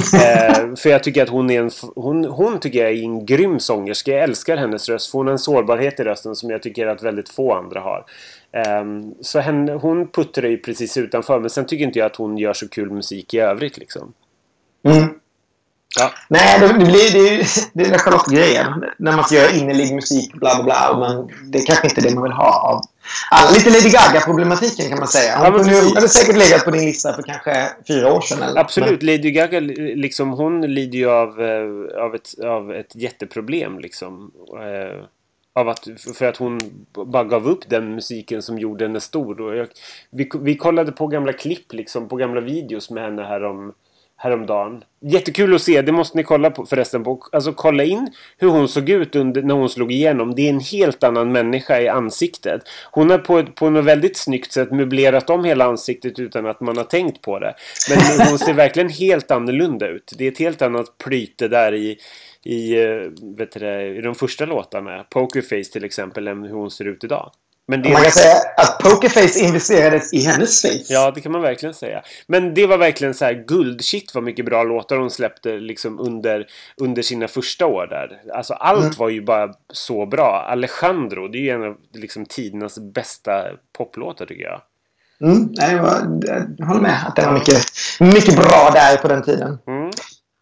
A: eh, för jag tycker att hon är en, hon, hon tycker jag är en grym sångerska. Jag älskar hennes röst, för hon har en sårbar i rösten som jag tycker att väldigt få andra har. Um, så henne, hon puttrar ju precis utanför, men sen tycker inte jag att hon gör så kul musik i övrigt liksom.
B: Mm. Ja. Nej, det, det blir det, det är den Charlotte-grejen. När man ska göra innerlig musik, bla bla bla, och man, det är kanske inte det man vill ha av alla. Lite Lady Gaga-problematiken kan man säga. Hon ja, kunde, hade säkert legat på din lista för kanske fyra år sedan. Eller?
A: Absolut, men Lady Gaga liksom, hon lider ju av, av, ett, av ett jätteproblem liksom. Uh, Av att, för att hon bara gav upp den musiken som gjorde henne stor. Och jag, vi, vi kollade på gamla klipp liksom, på gamla videos med henne härom, häromdagen. Jättekul att se, det måste ni kolla på förresten på. Alltså kolla in hur hon såg ut under, när hon slog igenom. Det är en helt annan människa i ansiktet. Hon har på, på något väldigt snyggt sätt möblerat om hela ansiktet utan att man har tänkt på det. Men hon ser verkligen helt annorlunda ut. Det är ett helt annat plyte där i I, vet du, i de första låtarna, Pokerface till exempel, än hur hon ser ut idag. Men det
B: man kan säga att Pokerface investerades i hennes face.
A: Ja, det kan man verkligen säga. Men det var verkligen så här guld. Shit vad mycket bra låtar hon släppte liksom under, under sina första år där. Alltså allt mm. var ju bara så bra. Alejandro, det är ju en av liksom tidernas bästa poplåtar tycker jag.
B: Mm, jag, jag håller med att det var mycket, mycket bra där på den tiden. Mm.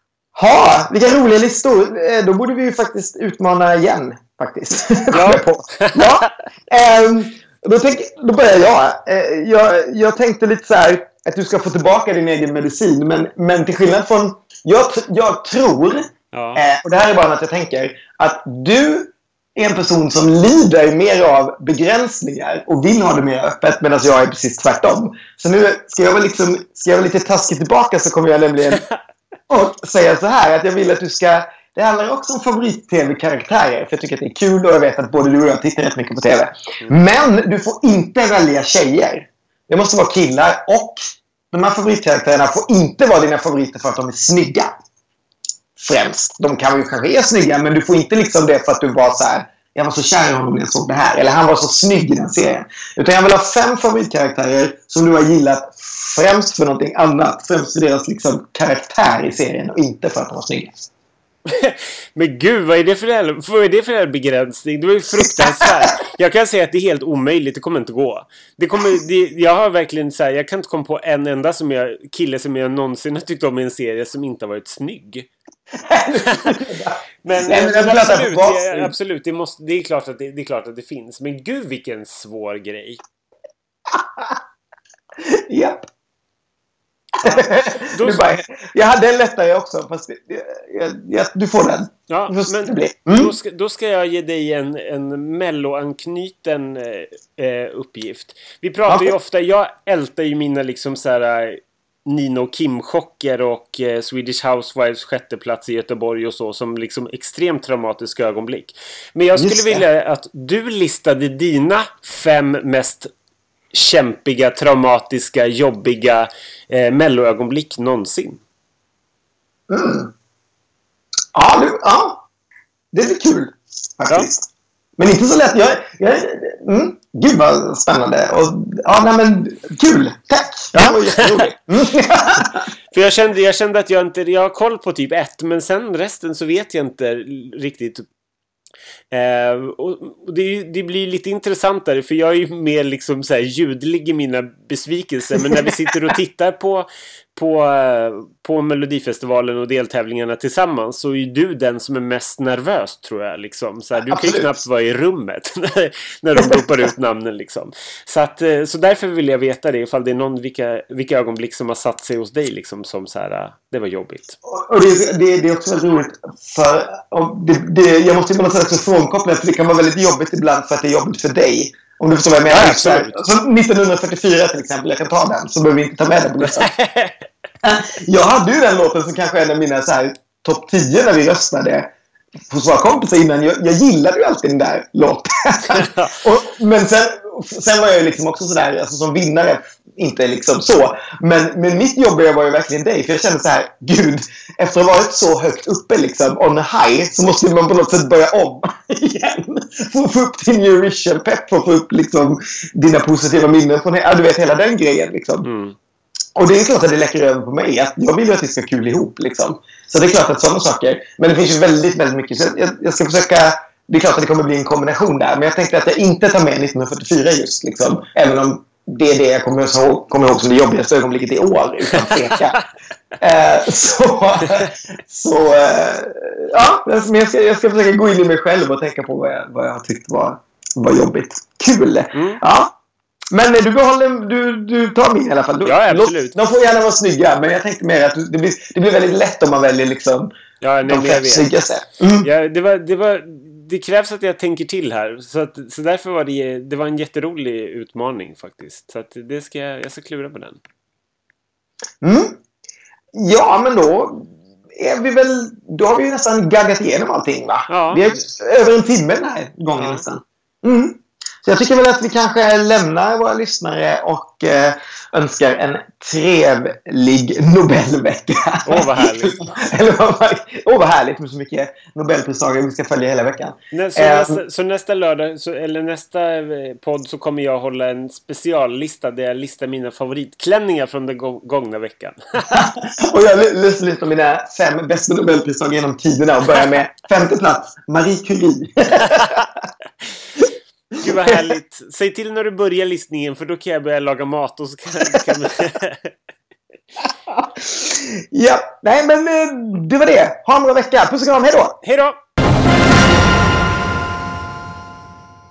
B: Ha, vilka roliga listor. Då borde vi ju faktiskt utmana igen, faktiskt.
A: Ja.
B: ja. Um, då, tänk, då börjar jag. Uh, jag. Jag tänkte lite så här att du ska få tillbaka din egen medicin. Men, men till skillnad från... Jag, jag tror, ja. uh, och det här är bara något jag tänker, att du är en person som lider mer av begränsningar och vill ha det mer öppet, medan jag är precis tvärtom. Så nu ska jag väl liksom, ska jag vara lite taskigt tillbaka, så kommer jag nämligen... Och säga så här, att jag vill att du ska... Det handlar också om favorit-tv-karaktärer. För jag tycker att det är kul, och jag vet att både du och jag tittar rätt mycket på tv. Mm. Men du får inte välja tjejer. Det måste vara killar. Och de här favoritkaraktärerna får inte vara dina favoriter för att de är snygga. främst. De kan ju kanske är snygga, men du får inte liksom det för att du var så här, jag var så kär i honom när jag såg det här. Eller han var så snygg i den serien. Utan jag vill ha fem favoritkaraktärer som du har gillat främst för någonting annat. Främst för deras liksom karaktär i serien och inte för att de var snygga.
A: Men gud, vad är det för här, vad är det för här begränsning? Det var ju fruktansvärt. Jag kan säga att det är helt omöjligt, det kommer inte gå. Det kommer, det, jag har verkligen så här, jag kan inte komma på en enda som jag, kille som jag någonsin har tyckt om i en serie som inte har varit snygg. men, Nej, men, men absolut, det, absolut det, måste, det, är klart att det, det är klart att det finns. Men gud, vilken svår grej.
B: Japp. Ja, du bara, jag hade en lättare också, fast det, jag, jag, du får den.
A: Ja, men mm. då, ska, då ska jag ge dig en, en melloanknuten eh, uppgift. Vi pratar okay. ju ofta, jag ältar ju mina liksom så här Nino Kim-chocker och eh, Swedish Housewives sjätte plats i Göteborg och så, som liksom extremt traumatiska ögonblick. Men jag skulle vilja att du listade dina fem mest kämpiga, traumatiska, jobbiga eh, melloögonblick någonsin.
B: Mm. Ja, det, ja, det är kul faktiskt. Ja. Men inte så lätt. Jag, jag, mm, gud vad spännande. Och, ja, nej, men kul. Tack. Ja. Det var jätteroligt. Mm.
A: För jag kände, jag kände att jag inte, jag har koll på typ ett, men sen resten så vet jag inte riktigt. Uh, och det, det blir lite intressantare, för jag är ju mer liksom så här ljudlig i mina besvikelser, men när vi sitter och tittar på på, på Melodifestivalen och deltävlingarna tillsammans, så är du den som är mest nervös, tror jag liksom. Så här, du kan ju knappt vara i rummet när de ropar ut namnen liksom. Så, att, så därför vill jag veta det, ifall det är någon, vilka, vilka ögonblick som har satt sig hos dig liksom, som så här, det var jobbigt.
B: Och det, det, det är också väldigt roligt, för och det, det, jag måste ju på något sätt också frånkoppla, för det kan vara väldigt jobbigt ibland för att det är jobbigt för dig. Om du förstår vad jag menar. Ja, så nittonhundrafyrtiofyra till exempel, jag kan ta den, så behöver vi inte ta med den på listan. Jag hade ju den låten som kanske är en av mina så här topp tio när vi röstade hos våra kompisar innan. Jag, jag gillade ju alltid den där låten. och, men sen, sen var jag ju liksom också sådär, alltså som vinnare, inte liksom så. Men, men mitt jobb var ju verkligen dig. För jag kände så här, gud, efter att ha varit så högt uppe liksom, on a high, så måste man på något sätt börja om igen. Få få upp din Eurovision-pepp, få få upp liksom dina positiva minnen från, ja, du vet, hela den grejen liksom. Mm. Och det är klart att det läcker över på mig. Att jag vill ju att vi ska kul ihop liksom. Så det är klart att sådana saker. Men det finns ju väldigt, väldigt mycket. Så jag, jag ska försöka. Det är klart att det kommer bli en kombination där. Men jag tänkte att jag inte tar med nittonhundrafyrtiofyra just liksom. Även om det är det jag kommer ihåg, kommer ihåg som det jobbigaste ögonblicket i år. Utan tveka. eh, så, så eh, ja. Men jag ska, jag ska försöka gå in i mig själv och tänka på vad jag, vad jag har tyckt var, var jobbigt. Kul. Mm. Ja. Men du behåller, du, du tar min i alla fall. Du,
A: ja, absolut.
B: De får gärna vara snygga, men jag tänkte mer att det blir, det blir väldigt lätt om man väljer liksom
A: ja, nej,
B: de fem snyggaste.
A: Mm. Ja, det var, det var, det krävs att jag tänker till här. Så, att, så därför var det, det var en jätterolig utmaning faktiskt. Så att det ska, jag ska klura på den.
B: Mm. Ja, men då är vi väl, då har vi ju nästan gaggat igenom allting, va? Ja. Vi är över en timme den här gången ja. nästan. Mm. Så jag tycker väl att vi kanske lämnar våra lyssnare och eh, önskar en trevlig Nobelvecka.
A: Åh, oh, vad härligt.
B: Eller vad, oh, vad härligt med så mycket Nobelpristagare vi ska följa hela veckan.
A: Nej, så, um, nästa, så nästa lördag, så, eller nästa podd, så kommer jag hålla en speciallista där jag listar mina favoritklänningar från den gångna veckan.
B: Och jag listar mina fem bästa Nobelpristagare genom tiderna och börjar med femte plats, Marie Curie.
A: Gud vad härligt. Säg till när du börjar listningen, för då kan jag börja laga mat och så kan, kan...
B: Ja, nej men det var det. Ha en bra vecka. Puss och kram, hej då.
A: Hej då.